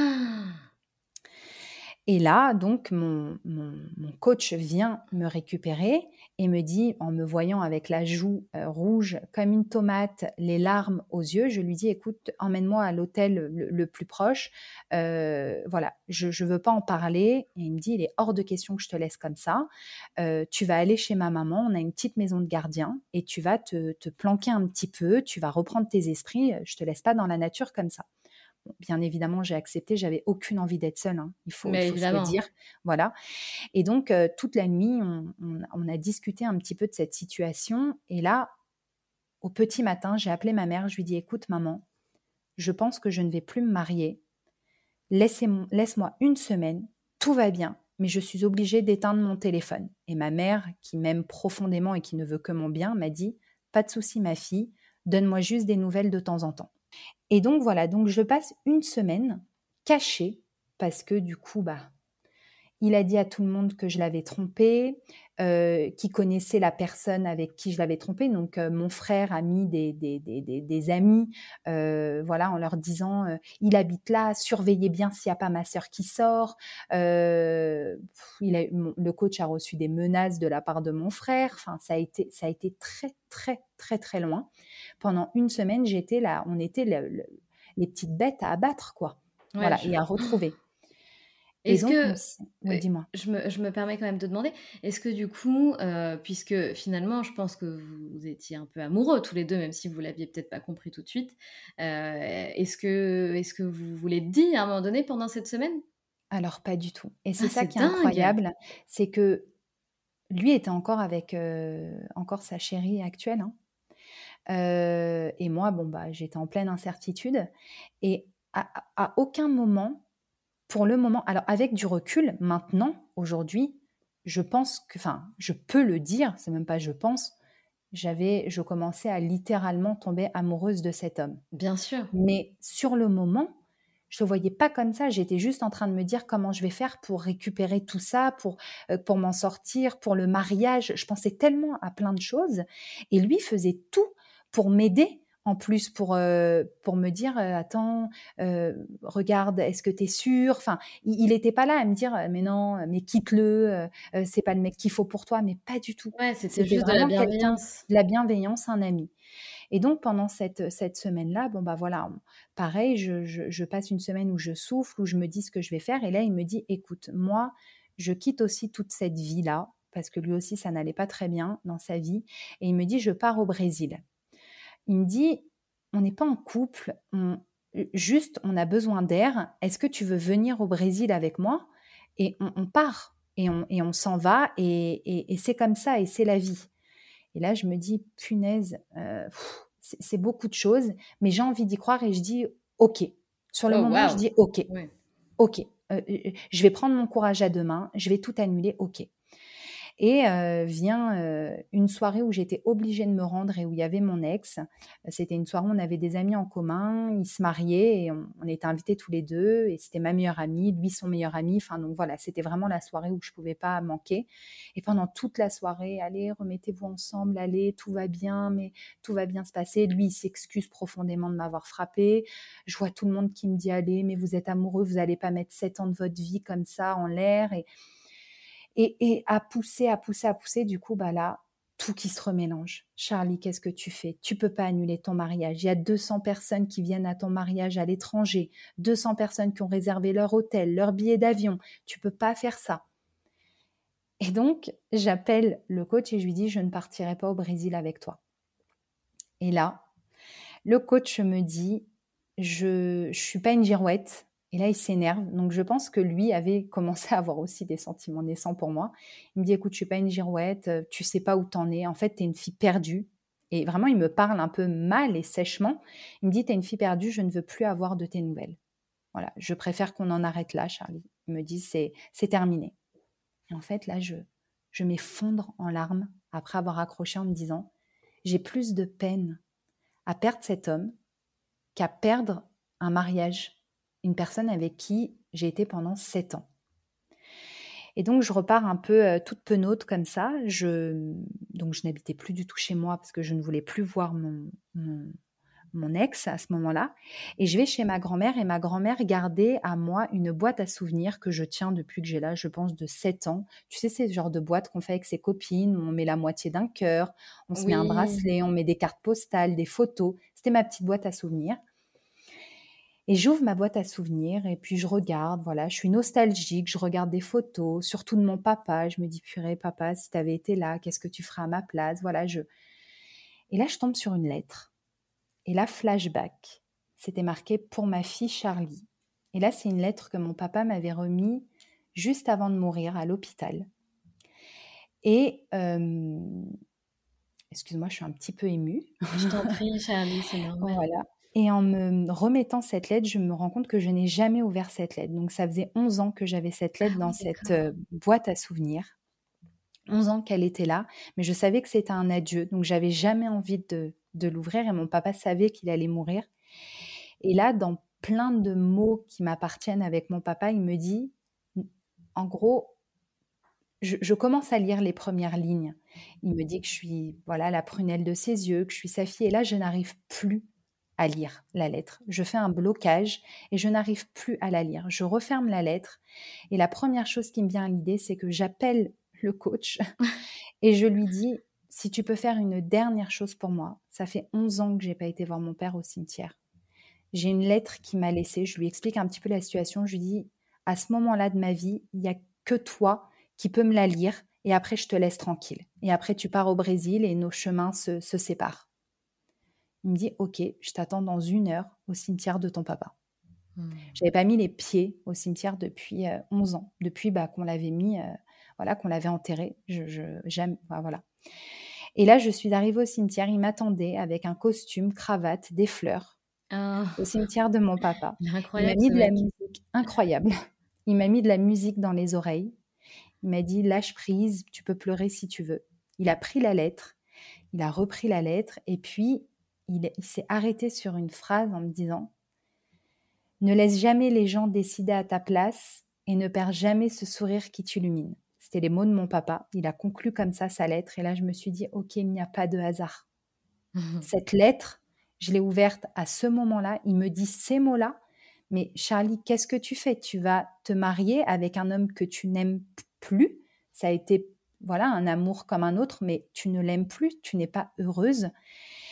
Et là, donc mon mon mon coach vient me récupérer et me dit, en me voyant avec la joue, heu, rouge comme une tomate, les larmes aux yeux, je lui dis: «Écoute, emmène-moi à l'hôtel le le plus proche, heu, voilà, je je veux pas en parler» et il me dit: «Il est hors de question que je te laisse comme ça. Heu, tu vas aller chez ma maman, on a une petite maison de gardien et tu vas te te planquer un petit peu, tu vas reprendre tes esprits, je te laisse pas dans la nature comme ça». Bon, bien évidemment, j'ai accepté, j'avais aucune envie d'être seule, hein, il faut il Mais faut se le évidemment. dire, voilà et donc heu, toute la nuit, on on on a discuté un petit peu de cette situation et là, au petit matin, j'ai appelé ma mère, je lui dis: «Écoute maman, je pense que je ne vais plus me marier. Laissez laisse-moi une semaine, tout va bien, mais je suis obligée d'éteindre mon téléphone» et ma mère, qui m'aime profondément et qui ne veut que mon bien, m'a dit: «Pas de souci ma fille, donne-moi juste des nouvelles de temps en temps». Et donc voilà, donc je passe une semaine cachée parce que du coup, bah, il a dit à tout le monde que je l'avais trompé, heu, qu'il connaissait la personne avec qui je l'avais trompé. Donc heu, mon frère a mis des des des des des amis, heu, voilà, en leur disant, heu: «Il habite là, surveillez bien s'il y a pas ma sœur qui sort». Heu, il a mon le coach a reçu des menaces de la part de mon frère. Enfin, ça a été ça a été très, très, très, très loin. Pendant une semaine, j'étais là on était le le les petites bêtes à abattre, quoi. Ouais, Voilà je et à retrouver. Et Est-ce donc on que s oui, oui, dis-moi? je me je me permets quand même de demander, est-ce que du coup, heu, puisque finalement je pense que vous étiez un peu amoureux tous les deux, même si vous l'aviez peut-être pas compris tout de suite, heu, est-ce que est-ce que vous vous l'êtes dit à un moment donné pendant cette semaine? Alors pas du tout et c'est Ah ça c'est qui est dingue! incroyable, c'est que lui était encore avec, heu, encore sa chérie actuelle, hein, heu et moi, bon, bah, j'étais en pleine incertitude et à à à aucun moment, pour le moment alors avec du recul, maintenant, aujourd'hui, je pense que enfin, je peux le dire, c'est même pas je pense, j'avais je commençais à littéralement tomber amoureuse de cet homme. Bien sûr. Mais sur le moment, je le voyais pas comme ça. J'étais juste en train de me dire: «Comment je vais faire pour récupérer tout ça, pour, heu, pour m'en sortir, pour le mariage?» Je pensais tellement à plein de choses et lui faisait tout pour m'aider, en plus pour, heu, pour me dire: «Heu, attends, heu, regarde, est-ce que tu es sûre?» Enfin, il il était pas là à me dire: «Mais non, mais quitte-le, heu heu, c'est pas le mec qu'il faut pour toi», mais pas du tout. Ouais, c'était C'était juste de la vraiment quelqu'un bienveillance. de la bienveillance, un ami Et donc, pendant cette, cette semaine-là, bon, bah voilà, on- pareil, je, je- je passe une semaine où je souffle, où je me dis ce que je vais faire. Et là, il me dit, écoute, moi, je quitte aussi toute cette vie-là, parce que lui aussi, ça n'allait pas très bien dans sa vie. Et il me dit, je pars au Brésil. Il me dit, on n'est pas en couple, on- juste, on a besoin d'air. Est-ce que tu veux venir au Brésil avec moi? Et on, on part, et on, et on s'en va, et, et- et c'est comme ça, et c'est la vie. Et là, je me dis, punaise, euh, pff, c'est c'est beaucoup de choses, mais j'ai envie d'y croire et je dis, OK. Sur le Oh, moment, je waouh! dis, OK, Ouais. OK. Euh, euh, je vais prendre mon courage à deux mains, je vais tout annuler, OK. Et euh, vient euh, une soirée où j'étais obligée de me rendre et où il y avait mon ex. C'était une soirée où on avait des amis en commun, ils se mariaient et on, on était invités tous les deux. Et c'était ma meilleure amie, lui son meilleur ami. Enfin, donc voilà, c'était vraiment la soirée où je ne pouvais pas manquer. Et pendant toute la soirée, allez, remettez-vous ensemble, allez, tout va bien, mais tout va bien se passer. Lui, il s'excuse profondément de m'avoir frappée. Je vois tout le monde qui me dit, allez, mais vous êtes amoureux, vous n'allez pas mettre sept ans de votre vie comme ça en l'air. Et et, et à pousser, à pousser, à pousser, du coup, bah là, tout qui se remélange. Charlie, qu'est-ce que tu fais? Tu peux pas annuler ton mariage. Il y a deux cents personnes qui viennent à ton mariage à l'étranger, deux cents personnes qui ont réservé leur hôtel, leur billet d'avion. Tu peux pas faire ça. Et donc, j'appelle le coach et je lui dis, je ne partirai pas au Brésil avec toi. Et là, le coach me dit, je ne suis pas une girouette. Et là, il s'énerve. Donc, je pense que lui avait commencé à avoir aussi des sentiments naissants pour moi. Il me dit, écoute, je suis pas une girouette, euh, tu sais pas où t'en es. En fait, tu es une fille perdue. Et vraiment, il me parle un peu mal et sèchement. Il me dit, tu es une fille perdue, je ne veux plus avoir de tes nouvelles. Voilà, je préfère qu'on en arrête là, Charlie. Il me dit, c'est, c'est terminé. Et en fait, là, je, je m'effondre en larmes après avoir accroché en me disant, j'ai plus de peine à perdre cet homme qu'à perdre un mariage, une personne avec qui j'ai été pendant sept ans. Et donc, je repars un peu euh, toute penaude comme ça. Je, donc, je n'habitais plus du tout chez moi parce que je ne voulais plus voir mon, mon, mon ex à ce moment-là. Et je vais chez ma grand-mère et ma grand-mère gardait à moi une boîte à souvenirs que je tiens depuis que j'ai là, je pense, de sept ans. Tu sais, c'est ce genre de boîte qu'on fait avec ses copines, où on met la moitié d'un cœur, on se met un Oui. bracelet, on met des cartes postales, des photos. C'était ma petite boîte à souvenirs. Et j'ouvre ma boîte à souvenirs et puis je regarde, voilà, je suis nostalgique, je regarde des photos, surtout de mon papa. Je me dis, purée, papa, si tu avais été là, qu'est-ce que tu ferais à ma place? Voilà, je... Et là, je tombe sur une lettre. Et là, flashback. C'était marqué pour ma fille Charlie. Et là, c'est une lettre que mon papa m'avait remise juste avant de mourir à l'hôpital. Et, euh, excuse-moi, je suis un petit peu émue. Je t'en prie, Charlie, c'est normal. Voilà. Et en me remettant cette lettre, je me rends compte que je n'ai jamais ouvert cette lettre. Donc ça faisait onze ans que j'avais cette lettre Ah dans oui, cette d'accord. euh, boîte à souvenirs. onze ans qu'elle était là, mais je savais que c'était un adieu. Donc j'avais jamais envie de, de l'ouvrir et mon papa savait qu'il allait mourir. Et là, dans plein de mots qui m'appartiennent avec mon papa, il me dit, en gros, je, je commence à lire les premières lignes. Il me dit que je suis voilà la prunelle de ses yeux, que je suis sa fille. Et là, je n'arrive plus à lire la lettre. Je fais un blocage et je n'arrive plus à la lire. Je referme la lettre et la première chose qui me vient à l'idée, c'est que j'appelle le coach et je lui dis, si tu peux faire une dernière chose pour moi, ça fait onze ans que j'ai pas été voir mon père au cimetière. J'ai une lettre qui m'a laissée, je lui explique un petit peu la situation, je lui dis, à ce moment-là de ma vie, il n'y a que toi qui peux me la lire et après je te laisse tranquille. Et après tu pars au Brésil et nos chemins se, se séparent. Il me dit, ok, je t'attends dans une heure au cimetière de ton papa. Hmm. J'avais pas mis les pieds au cimetière depuis euh, onze ans, depuis bah, qu'on l'avait mis, euh, voilà, qu'on l'avait enterré. Je, je, j'aime, bah, voilà. Et là, je suis arrivée au cimetière, il m'attendait avec un costume, cravate, des fleurs, au Ah, cimetière de mon papa. il est Il m'a incroyable mis ce de la mec. musique incroyable. Il m'a mis de la musique dans les oreilles. Il m'a dit, lâche prise, tu peux pleurer si tu veux. Il a pris la lettre, il a repris la lettre et puis il, il s'est arrêté sur une phrase en me disant, ne laisse jamais les gens décider à ta place et ne perds jamais ce sourire qui t'illumine. C'était les mots de mon papa. Il a conclu comme ça sa lettre et là je me suis dit, ok, il n'y a pas de hasard. Cette lettre, je l'ai ouverte à ce moment-là. Il me dit ces mots-là. Mais Charlie, qu'est-ce que tu fais? Tu vas te marier avec un homme que tu n'aimes plus. Ça a été voilà un amour comme un autre, mais tu ne l'aimes plus. Tu n'es pas heureuse.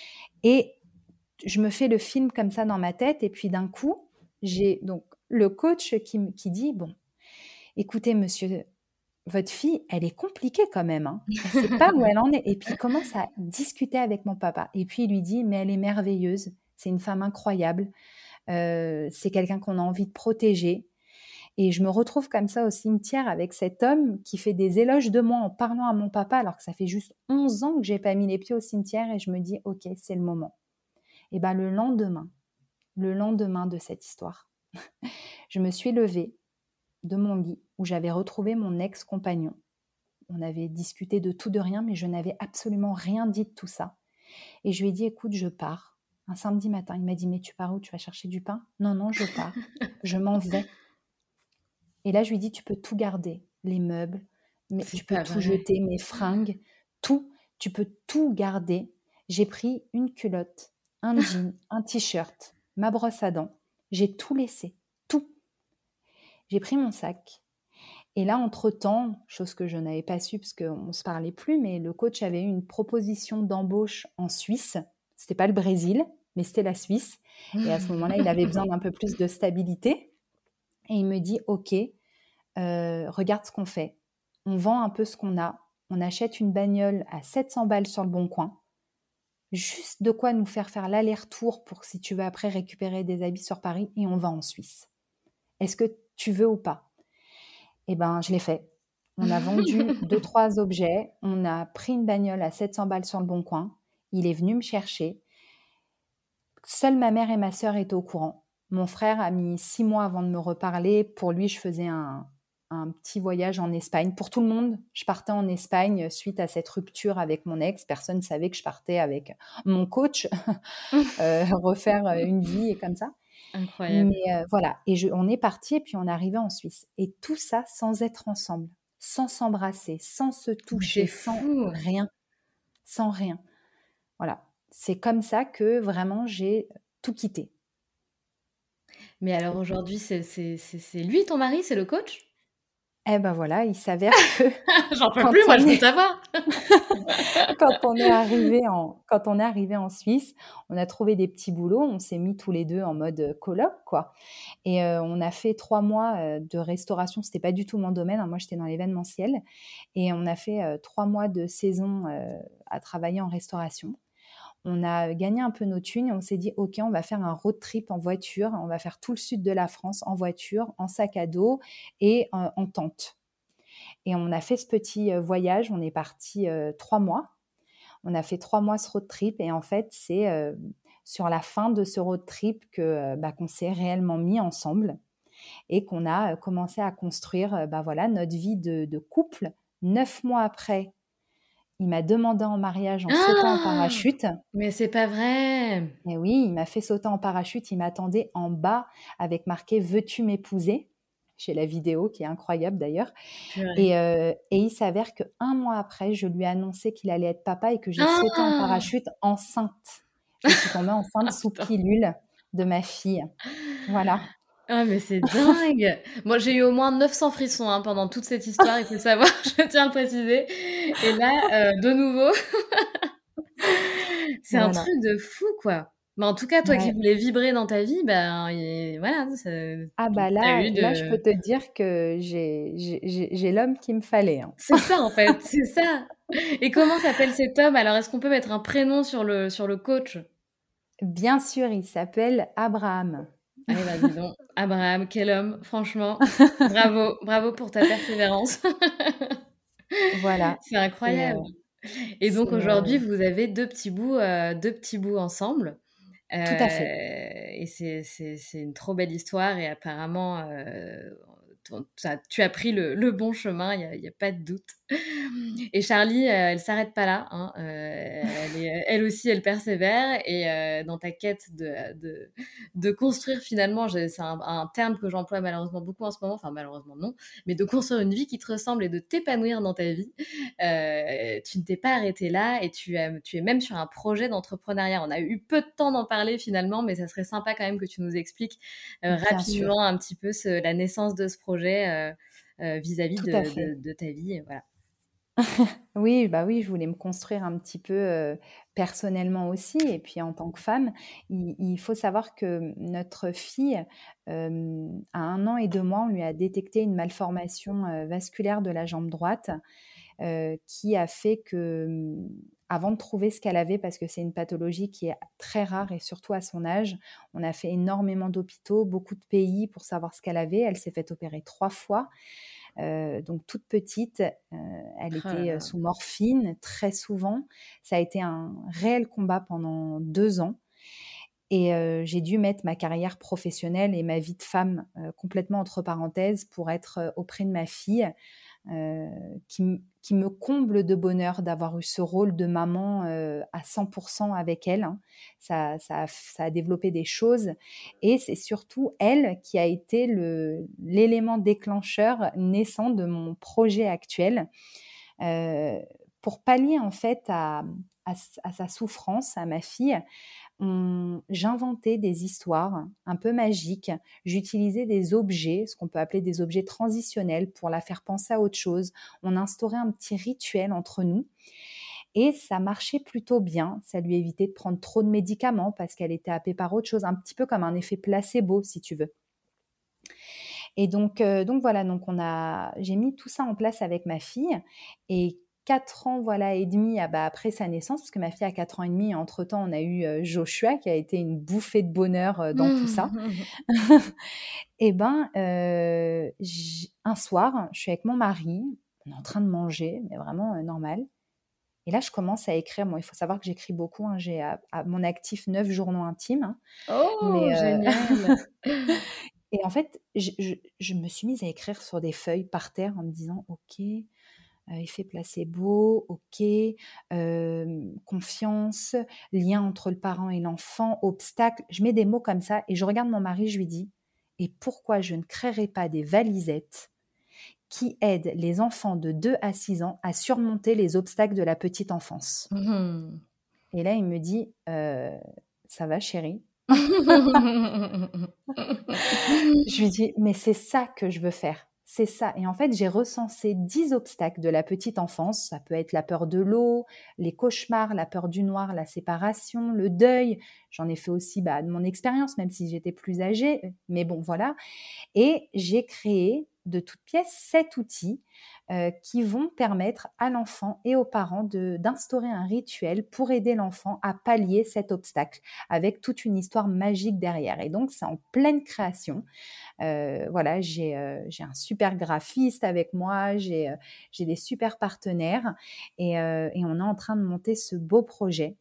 Et je me fais le film comme ça dans ma tête. Et puis d'un coup, j'ai donc le coach qui, m- qui dit, bon, écoutez, monsieur, votre fille, elle est compliquée quand même, hein. Elle sait pas où elle en est. Et puis il commence à discuter avec mon papa. Et puis il lui dit, mais elle est merveilleuse. C'est une femme incroyable. Euh, c'est quelqu'un qu'on a envie de protéger. Et je me retrouve comme ça au cimetière avec cet homme qui fait des éloges de moi en parlant à mon papa, alors que ça fait juste onze ans que j'ai pas mis les pieds au cimetière. Et je me dis, ok, c'est le moment. Et ben le lendemain, le lendemain de cette histoire, je me suis levée de mon lit où j'avais retrouvé mon ex-compagnon. On avait discuté de tout, de rien, mais je n'avais absolument rien dit de tout ça. Et je lui ai dit, écoute, je pars. Un samedi matin, il m'a dit, mais tu pars où? Tu vas chercher du pain? Non, non, je pars. Je m'en vais. Et là, je lui ai dit, tu peux tout garder, les meubles, mais tu C'est peux pas tout vrai. jeter, mes fringues, tout. Tu peux tout garder. J'ai pris une culotte, un jean, un t-shirt, ma brosse à dents. J'ai tout laissé, tout. J'ai pris mon sac. Et là, entre-temps, chose que je n'avais pas su parce qu'on ne se parlait plus, mais le coach avait eu une proposition d'embauche en Suisse. C'était pas le Brésil, mais c'était la Suisse. Et à ce moment-là, il avait besoin d'un peu plus de stabilité. Et il me dit, OK, euh, regarde ce qu'on fait. On vend un peu ce qu'on a. On achète une bagnole à sept cents balles sur le Bon Coin. Juste de quoi nous faire faire l'aller-retour pour si tu veux après récupérer des habits sur Paris et on va en Suisse. Est-ce que tu veux ou pas? Eh ben, je l'ai fait. On a vendu deux, trois objets. On a pris une bagnole à sept cents balles sur le Bon Coin. Il est venu me chercher. Seule ma mère et ma sœur étaient au courant. Mon frère a mis six mois avant de me reparler. Pour lui, je faisais un, un petit voyage en Espagne. Pour tout le monde, je partais en Espagne suite à cette rupture avec mon ex. Personne ne savait que je partais avec mon coach, euh, refaire une vie et comme ça. Incroyable. Mais euh, voilà, et je, on est parti et puis on est arrivé en Suisse. Et tout ça sans être ensemble, sans s'embrasser, sans se Mais c'est toucher, sans fou. rien, sans rien. Voilà, c'est comme ça que vraiment j'ai tout quitté. Mais alors aujourd'hui, c'est c'est c'est c'est lui ton mari, c'est le coach? Eh ben voilà, il s'avère que J'en peux quand plus, moi, on je veux est savoir. quand on est arrivé en quand on est arrivé en Suisse, on a trouvé des petits boulots, on s'est mis tous les deux en mode coloc quoi. Et euh, on a fait trois mois euh, de restauration. C'était pas du tout mon domaine, hein. Moi, j'étais dans l'événementiel. Et on a fait euh, trois mois de saison euh, à travailler en restauration. On a gagné un peu nos thunes et on s'est dit, OK, on va faire un road trip en voiture. On va faire tout le sud de la France en voiture, en sac à dos et euh, en tente. Et on a fait ce petit euh, voyage. On est parti euh, trois mois. On a fait trois mois ce road trip. Et en fait, c'est euh, sur la fin de ce road trip que, euh, bah, qu'on s'est réellement mis ensemble et qu'on a euh, commencé à construire euh, bah voilà, notre vie de, de couple. Neuf mois après, il m'a demandé en mariage en sautant en Ah! parachute. Mais c'est pas vrai! Et oui, il m'a fait sauter en parachute. Il m'attendait en bas avec marqué «Veux-tu m'épouser?» J'ai la vidéo qui est incroyable d'ailleurs. Purée. Et, euh, et il s'avère qu'un mois après, je lui ai annoncé qu'il allait être papa et que j'ai sauté en Ah! parachute enceinte. Je suis tombée enceinte Ah sous putain. pilule de ma fille. Voilà. Ah mais c'est dingue! Moi, j'ai eu au moins neuf cents frissons, hein, pendant toute cette histoire, il faut le savoir, je tiens à le préciser et là, heu, de nouveau, c'est un Voilà. truc de fou, quoi. Mais en tout cas, toi qui Ouais. voulais vibrer dans ta vie, ben, et voilà, c'est Ah bah tu as là eu là, je peux de te dire que j'ai j'ai j'ai j'ai l'homme qu'il me fallait, hein. c'est ça, en fait, c'est ça et comment s'appelle cet homme? Alors, est-ce qu'on peut mettre un prénom sur le sur le coach? Bien sûr, il s'appelle Abraham. Eh ben, dis donc, Abraham, quel homme, franchement, bravo, bravo pour ta persévérance. Voilà C'est et heu, incroyable et donc c'est, aujourd'hui, heu vous avez deux petits bouts, heu, deux petits bouts ensemble, heu tout à fait. et c'est c'est c'est une trop belle histoire et apparemment, heu, ton tu as tu as pris le le bon chemin, il y a il y a pas de doute et Charlie, heu, elle s'arrête pas là, hein, heu, elle est elle aussi, elle persévère et heu, dans ta quête de de de construire finalement, j'ai c'est un un terme que j'emploie malheureusement beaucoup en ce moment, enfin malheureusement non, mais de construire une vie qui te ressemble et de t'épanouir dans ta vie. Heu, tu ne t'es pas arrêté là et tu as tu es même sur un projet d'entrepreneuriat. On a eu peu de temps d'en parler finalement, mais ça serait sympa quand même que tu nous expliques, heu, Bien sûr, rapidement un petit peu ce la naissance de ce projet, heu heu, vis-à-vis tout à de fait. de de ta vie, voilà. Oui, bah, oui, je voulais me construire un petit peu, heu, personnellement aussi et puis en tant que femme, il il faut savoir que notre fille, hem, à un an et deux mois, on lui a détecté une malformation, heu, vasculaire de la jambe droite, heu, qui a fait que, mmh, avant de trouver ce qu'elle avait, parce que c'est une pathologie qui est très rare et surtout à son âge, on a fait énormément d'hôpitaux, beaucoup de pays pour savoir ce qu'elle avait. Elle s'est fait opérer trois fois. Heu, donc toute petite, heu, elle Oh là était, heu, là. sous morphine très souvent. Ça a été un réel combat pendant deux ans et heu, j'ai dû mettre ma carrière professionnelle et ma vie de femme, heu, complètement entre parenthèses pour être, heu, auprès de ma fille, heu, qui m qui me comble de bonheur d'avoir eu ce rôle de maman, heu, à cent pour cent avec elle, hein. Ça ça a f ça a développé des choses et c'est surtout elle qui a été le l'élément déclencheur naissant de mon projet actuel, heu, pour pallier en fait à, mmh, à s à sa souffrance, à ma fille. On J'inventais des histoires un peu magiques. J'utilisais des objets, ce qu'on peut appeler des objets transitionnels, pour la faire penser à autre chose. On instaurait un petit rituel entre nous et ça marchait plutôt bien. Ça lui évitait de prendre trop de médicaments parce qu'elle était happée par autre chose, un petit peu comme un effet placebo, si tu veux. Et donc, heu, donc voilà, donc on a j'ai mis tout ça en place avec ma fille et quatre ans, voilà et demi, ah bah, après sa naissance, parce que ma fille a quatre ans et demi et entre-temps, on a eu, heu, Joshua qui a été une bouffée de bonheur, heu, dans tout ça. Et ben, heu, j un soir, je suis avec mon mari, on est en train de manger, mais vraiment, heu, normal et là, je commence à écrire. Bon, il faut savoir que j'écris beaucoup, hein, j'ai à à mon actif neuf journaux intimes, hein, Oh, mais heu génial! et en fait, je je je me suis mise à écrire sur des feuilles par terre en me disant: «OK, heu, effet placebo, OK, hem, confiance, lien entre le parent et l'enfant, obstacle». Je mets des mots comme ça et je regarde mon mari, je lui dis: «Et pourquoi je ne créerais pas des valisettes qui aident les enfants de deux à six ans à surmonter les obstacles de la petite enfance?» Mmh. Et là, il me dit: «Heu, ça va chérie?» Je lui dis: «Mais c'est ça que je veux faire, c'est ça» et en fait, j'ai recensé dix obstacles de la petite enfance. Ça peut être la peur de l'eau, les cauchemars, la peur du noir, la séparation, le deuil. J'en ai fait aussi, bah, de mon expérience, même si j'étais plus âgée, mais bon, voilà. Et j'ai créé de toutes pièces sept outils, heu, qui vont permettre à l'enfant et aux parents de d'instaurer un rituel pour aider l'enfant à pallier cet obstacle, avec toute une histoire magique derrière et donc c'est en pleine création. Heu, voilà, j'ai, heu, j'ai un super graphiste avec moi, j'ai, heu, j'ai des super partenaires et heu et on est en train de monter ce beau projet.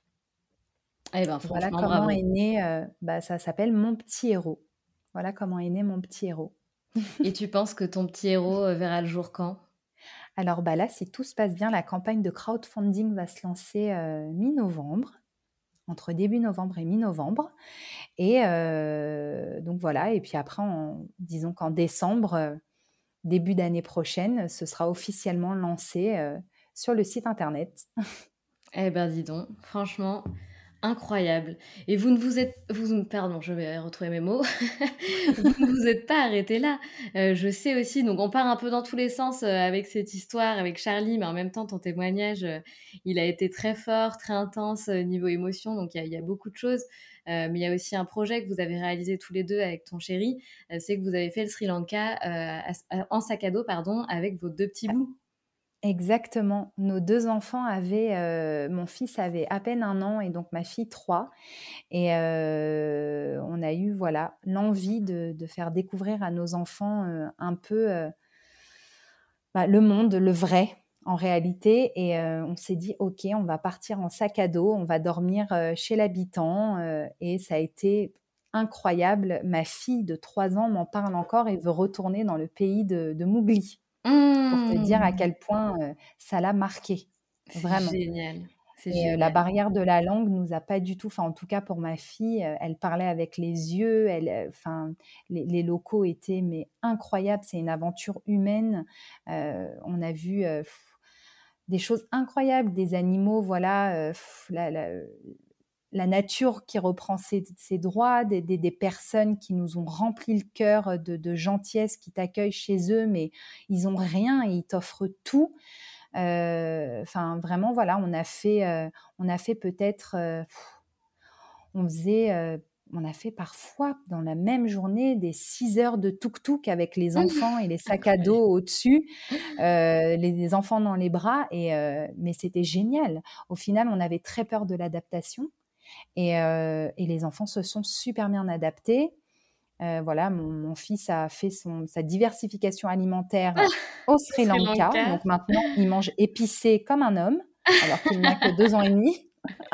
Eh ben, Voilà franchement, comment bravo. est né, heu, bah, ça s'appelle Mon petit héros. Voilà comment est né Mon petit héros. Et tu penses que ton petit héros, heu, verra le jour quand? Alors, bah, là, si tout se passe bien, la campagne de crowdfunding va se lancer, heu, mi-novembre, entre début novembre et mi-novembre et heu, donc voilà et puis après en disons qu'en décembre, heu, début d'année prochaine, ce sera officiellement lancé, heu, sur le site internet. Eh ben, dis donc, franchement, incroyable. Et vous ne vous êtes vous pardon, je vais retrouver mes mots. Vous ne vous êtes pas arrêté là. Heu, je sais aussi donc on part un peu dans tous les sens, heu, avec cette histoire, avec Charlie, mais en même temps ton témoignage, heu, il a été très fort, très intense, heu, niveau émotion, donc il y a il y a beaucoup de choses. Heu, mais il y a aussi un projet que vous avez réalisé tous les deux avec ton chéri, heu, c'est que vous avez fait le Sri Lanka, heu, à s à en sac à dos, pardon, avec vos deux petits bouts. Exactement. Nos deux enfants avaient, heu, mon fils avait à peine un an et donc ma fille trois et heu, on a eu, voilà, l'envie de de faire découvrir à nos enfants, heu, un peu, heu, bah, le monde, le vrai, en réalité et heu, on s'est dit: «OK, on va partir en sac à dos, on va dormir, heu, chez l'habitant», heu et ça a été incroyable. Ma fille de trois ans m'en parle encore et veut retourner dans le pays de de Mowgli. Pour te dire à Mmh. quel point, heu, ça l'a marqué, C'est vraiment génial, c'est et heu, la génial. barrière de la langue nous a pas du tout enfin, en tout cas pour ma fille, heu, elle parlait avec les yeux, elle, heu, enfin, les les locaux étaient mais incroyables. C'est une aventure humaine, heu, on a vu, heu, des choses incroyables, des animaux, voilà, heu, la la la nature qui reprend ses ses droits, des des des personnes qui nous ont rempli le cœur, de de gentillesse, qui t'accueillent chez eux, mais ils ont rien et ils t'offrent tout. Enfin, vraiment, voilà, on a fait, euh, on a fait peut-être, euh, on faisait, euh, on a fait parfois dans la même journée des six heures de tuk-tuk avec les enfants et les sacs à dos au-dessus, euh, les, les enfants dans les bras. Et euh, mais c'était génial. Au final, on avait très peur de l'adaptation et, euh, et les enfants se sont super bien adaptés. Euh, voilà, mon, mon fils a fait son, sa diversification alimentaire au Sri Sri Lanka. Lanka. Donc maintenant, il mange épicé comme un homme, alors qu'il n'a que deux ans et demi.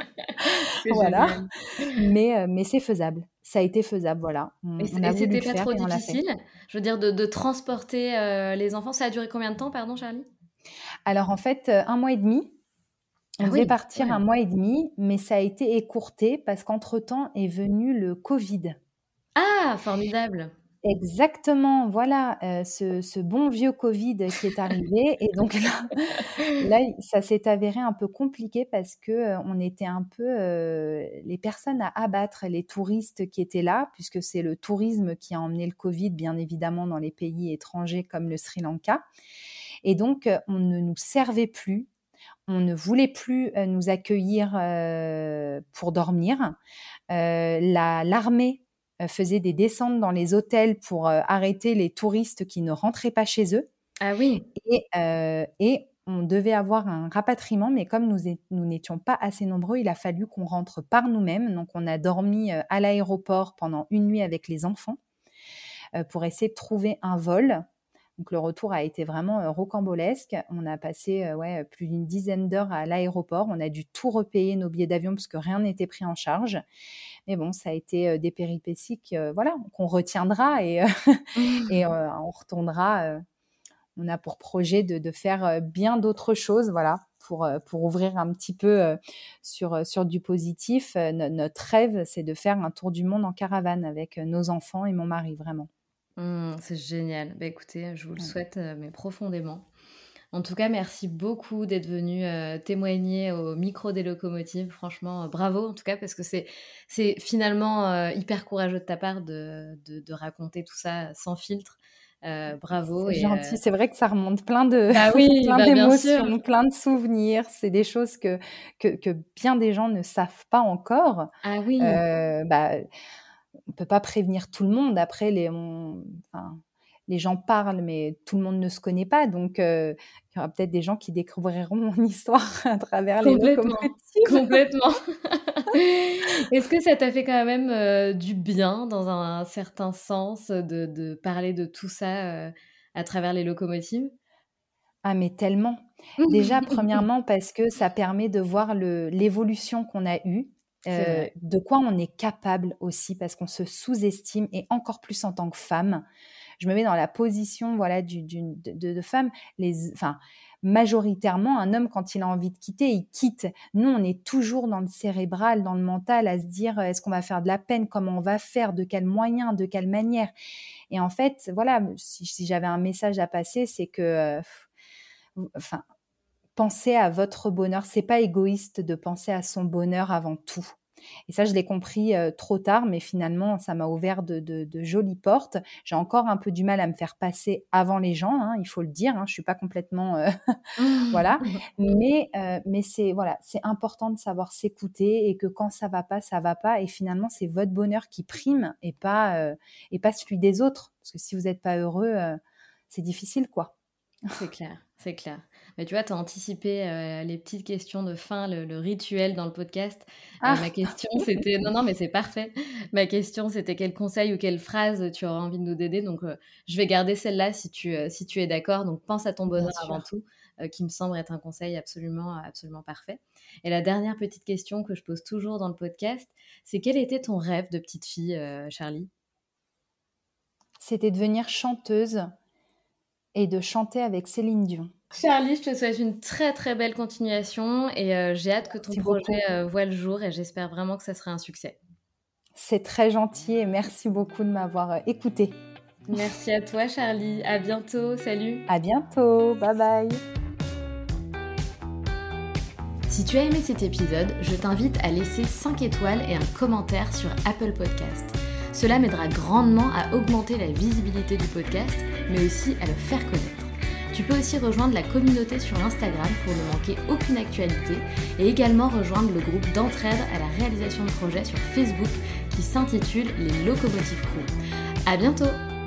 C'est Voilà, génial. mais, euh, mais c'est faisable. Ça a été faisable, voilà. On, Et, c- on a et voulu c'était le pas faire trop et on l'a fait. difficile, je veux dire, de, de transporter euh, les enfants. Ça a duré combien de temps, pardon, Charlie? Alors en fait, euh, un mois et demi. On Ah devait oui, quand partir un même. mois et demi, mais ça a été écourté parce qu'entre-temps est venu le Covid. Ah, formidable. Exactement, voilà, heu, ce ce bon vieux Covid qui est arrivé et donc là là, ça s'est avéré un peu compliqué parce que, heu, on était un peu, heu, les personnes à abattre, les touristes qui étaient là, puisque c'est le tourisme qui a emmené le Covid, bien évidemment, dans les pays étrangers comme le Sri Lanka et donc heu, on ne nous servait plus, on ne voulait plus, heu, nous accueillir, heu, pour dormir. Euh, la, l'armée euh, faisait des descentes dans les hôtels pour euh, arrêter les touristes qui ne rentraient pas chez eux. Ah oui. Et, euh, et on devait avoir un rapatriement, mais comme nous, est, nous n'étions pas assez nombreux, il a fallu qu'on rentre par nous-mêmes. Donc on a dormi euh, à l'aéroport pendant une nuit avec les enfants euh, pour essayer de trouver un vol. Donc le retour a été vraiment euh, rocambolesque. On a passé euh, ouais, plus d'une dizaine d'heures à l'aéroport. On a dû tout repayer nos billets d'avion parce que rien n'était pris en charge. Mais bon, ça a été euh, des péripéties que, euh, voilà, qu'on retiendra et, euh, et euh, on retournera. Euh, on a pour projet de, de faire euh, bien d'autres choses, voilà, pour, euh, pour ouvrir un petit peu euh, sur, sur du positif. Euh, no- notre rêve, c'est de faire un tour du monde en caravane avec euh, nos enfants et mon mari, vraiment. Mmh, c'est génial. Bah, écoutez, je vous le Ouais. souhaite, euh, mais profondément. En tout cas, merci beaucoup d'être venu euh, témoigner au micro des locomotives. Franchement, euh, bravo en tout cas, parce que c'est, c'est finalement euh, hyper courageux de ta part de, de, de raconter tout ça sans filtre. Euh, bravo. C'est Et, euh, gentil. C'est vrai que ça remonte plein de, bah oui, plein bah bien sûr. d'émotions, plein de souvenirs. C'est des choses que, que, que bien des gens ne savent pas encore. Ah oui, Euh, bah, on peut pas prévenir tout le monde. Après, les, on, enfin, les gens parlent, mais tout le monde ne se connaît pas. Donc, euh, il y aura peut-être des gens qui découvriront mon histoire à travers les complètement, locomotives. complètement. Est-ce que ça t'a fait quand même euh, du bien, dans un, certain sens, de, de parler de tout ça euh, à travers les locomotives? Ah, mais tellement. Déjà, premièrement, parce que ça permet de voir le, l'évolution qu'on a eue, C'est euh, vrai. de quoi on est capable aussi, parce qu'on se sous-estime, et encore plus en tant que femme. Je me mets dans la position, voilà, du, d'une- de, de, de femme. Les, enfin, majoritairement, un homme, quand il a envie de quitter, il quitte. Nous, on est toujours dans le cérébral, dans le mental, à se dire, euh, est-ce qu'on va faire de la peine? Comment on va faire? De quels moyens? De quelle manière? Et en fait, voilà, si, si j'avais un message à passer, c'est que, euh, enfin, pensez à votre bonheur. C'est pas égoïste de penser à son bonheur avant tout. Et ça, je l'ai compris euh, trop tard, mais finalement, ça m'a ouvert de, de, de jolies portes. J'ai encore un peu du mal à me faire passer avant les gens, hein, il faut le dire. Hein, je suis pas complètement, euh, voilà. Mais, euh, mais c'est voilà, c'est important de savoir s'écouter et que quand ça va pas, ça va pas. Et finalement, c'est votre bonheur qui prime et pas euh, et pas celui des autres. Parce que si vous n'êtes pas heureux, euh, c'est difficile, quoi. C'est clair, c'est clair. Mais tu vois, tu as anticipé euh, les petites questions de fin, le, le rituel dans le podcast. Euh, ma Ah, question, c'était... Non, non, mais c'est parfait. Ma question, c'était quel conseil ou quelle phrase tu aurais envie de nous aider. Donc, euh, je vais garder celle-là si tu, euh, si tu es d'accord. Donc, pense à ton bien bonheur avant sûr. tout, euh, qui me semble être un conseil absolument, absolument parfait. Et la dernière petite question que je pose toujours dans le podcast, c'est quel était ton rêve de petite fille, euh, Charlie? C'était devenir chanteuse et de chanter avec Céline Dion. Charlie, je te souhaite une très très belle continuation et euh, j'ai hâte que ton Merci projet beaucoup. euh, voie le jour et j'espère vraiment que ça sera un succès. C'est très gentil et merci beaucoup de m'avoir euh, écoutée. Merci à toi Charlie, à bientôt, salut. À bientôt, bye bye. Si tu as aimé cet épisode, je t'invite à laisser cinq étoiles et un commentaire sur Apple Podcast. Cela m'aidera grandement à augmenter la visibilité du podcast, mais aussi à le faire connaître. Tu peux aussi rejoindre la communauté sur Instagram pour ne manquer aucune actualité et également rejoindre le groupe d'entraide à la réalisation de projets sur Facebook qui s'intitule Les Locomotives Crew. À bientôt!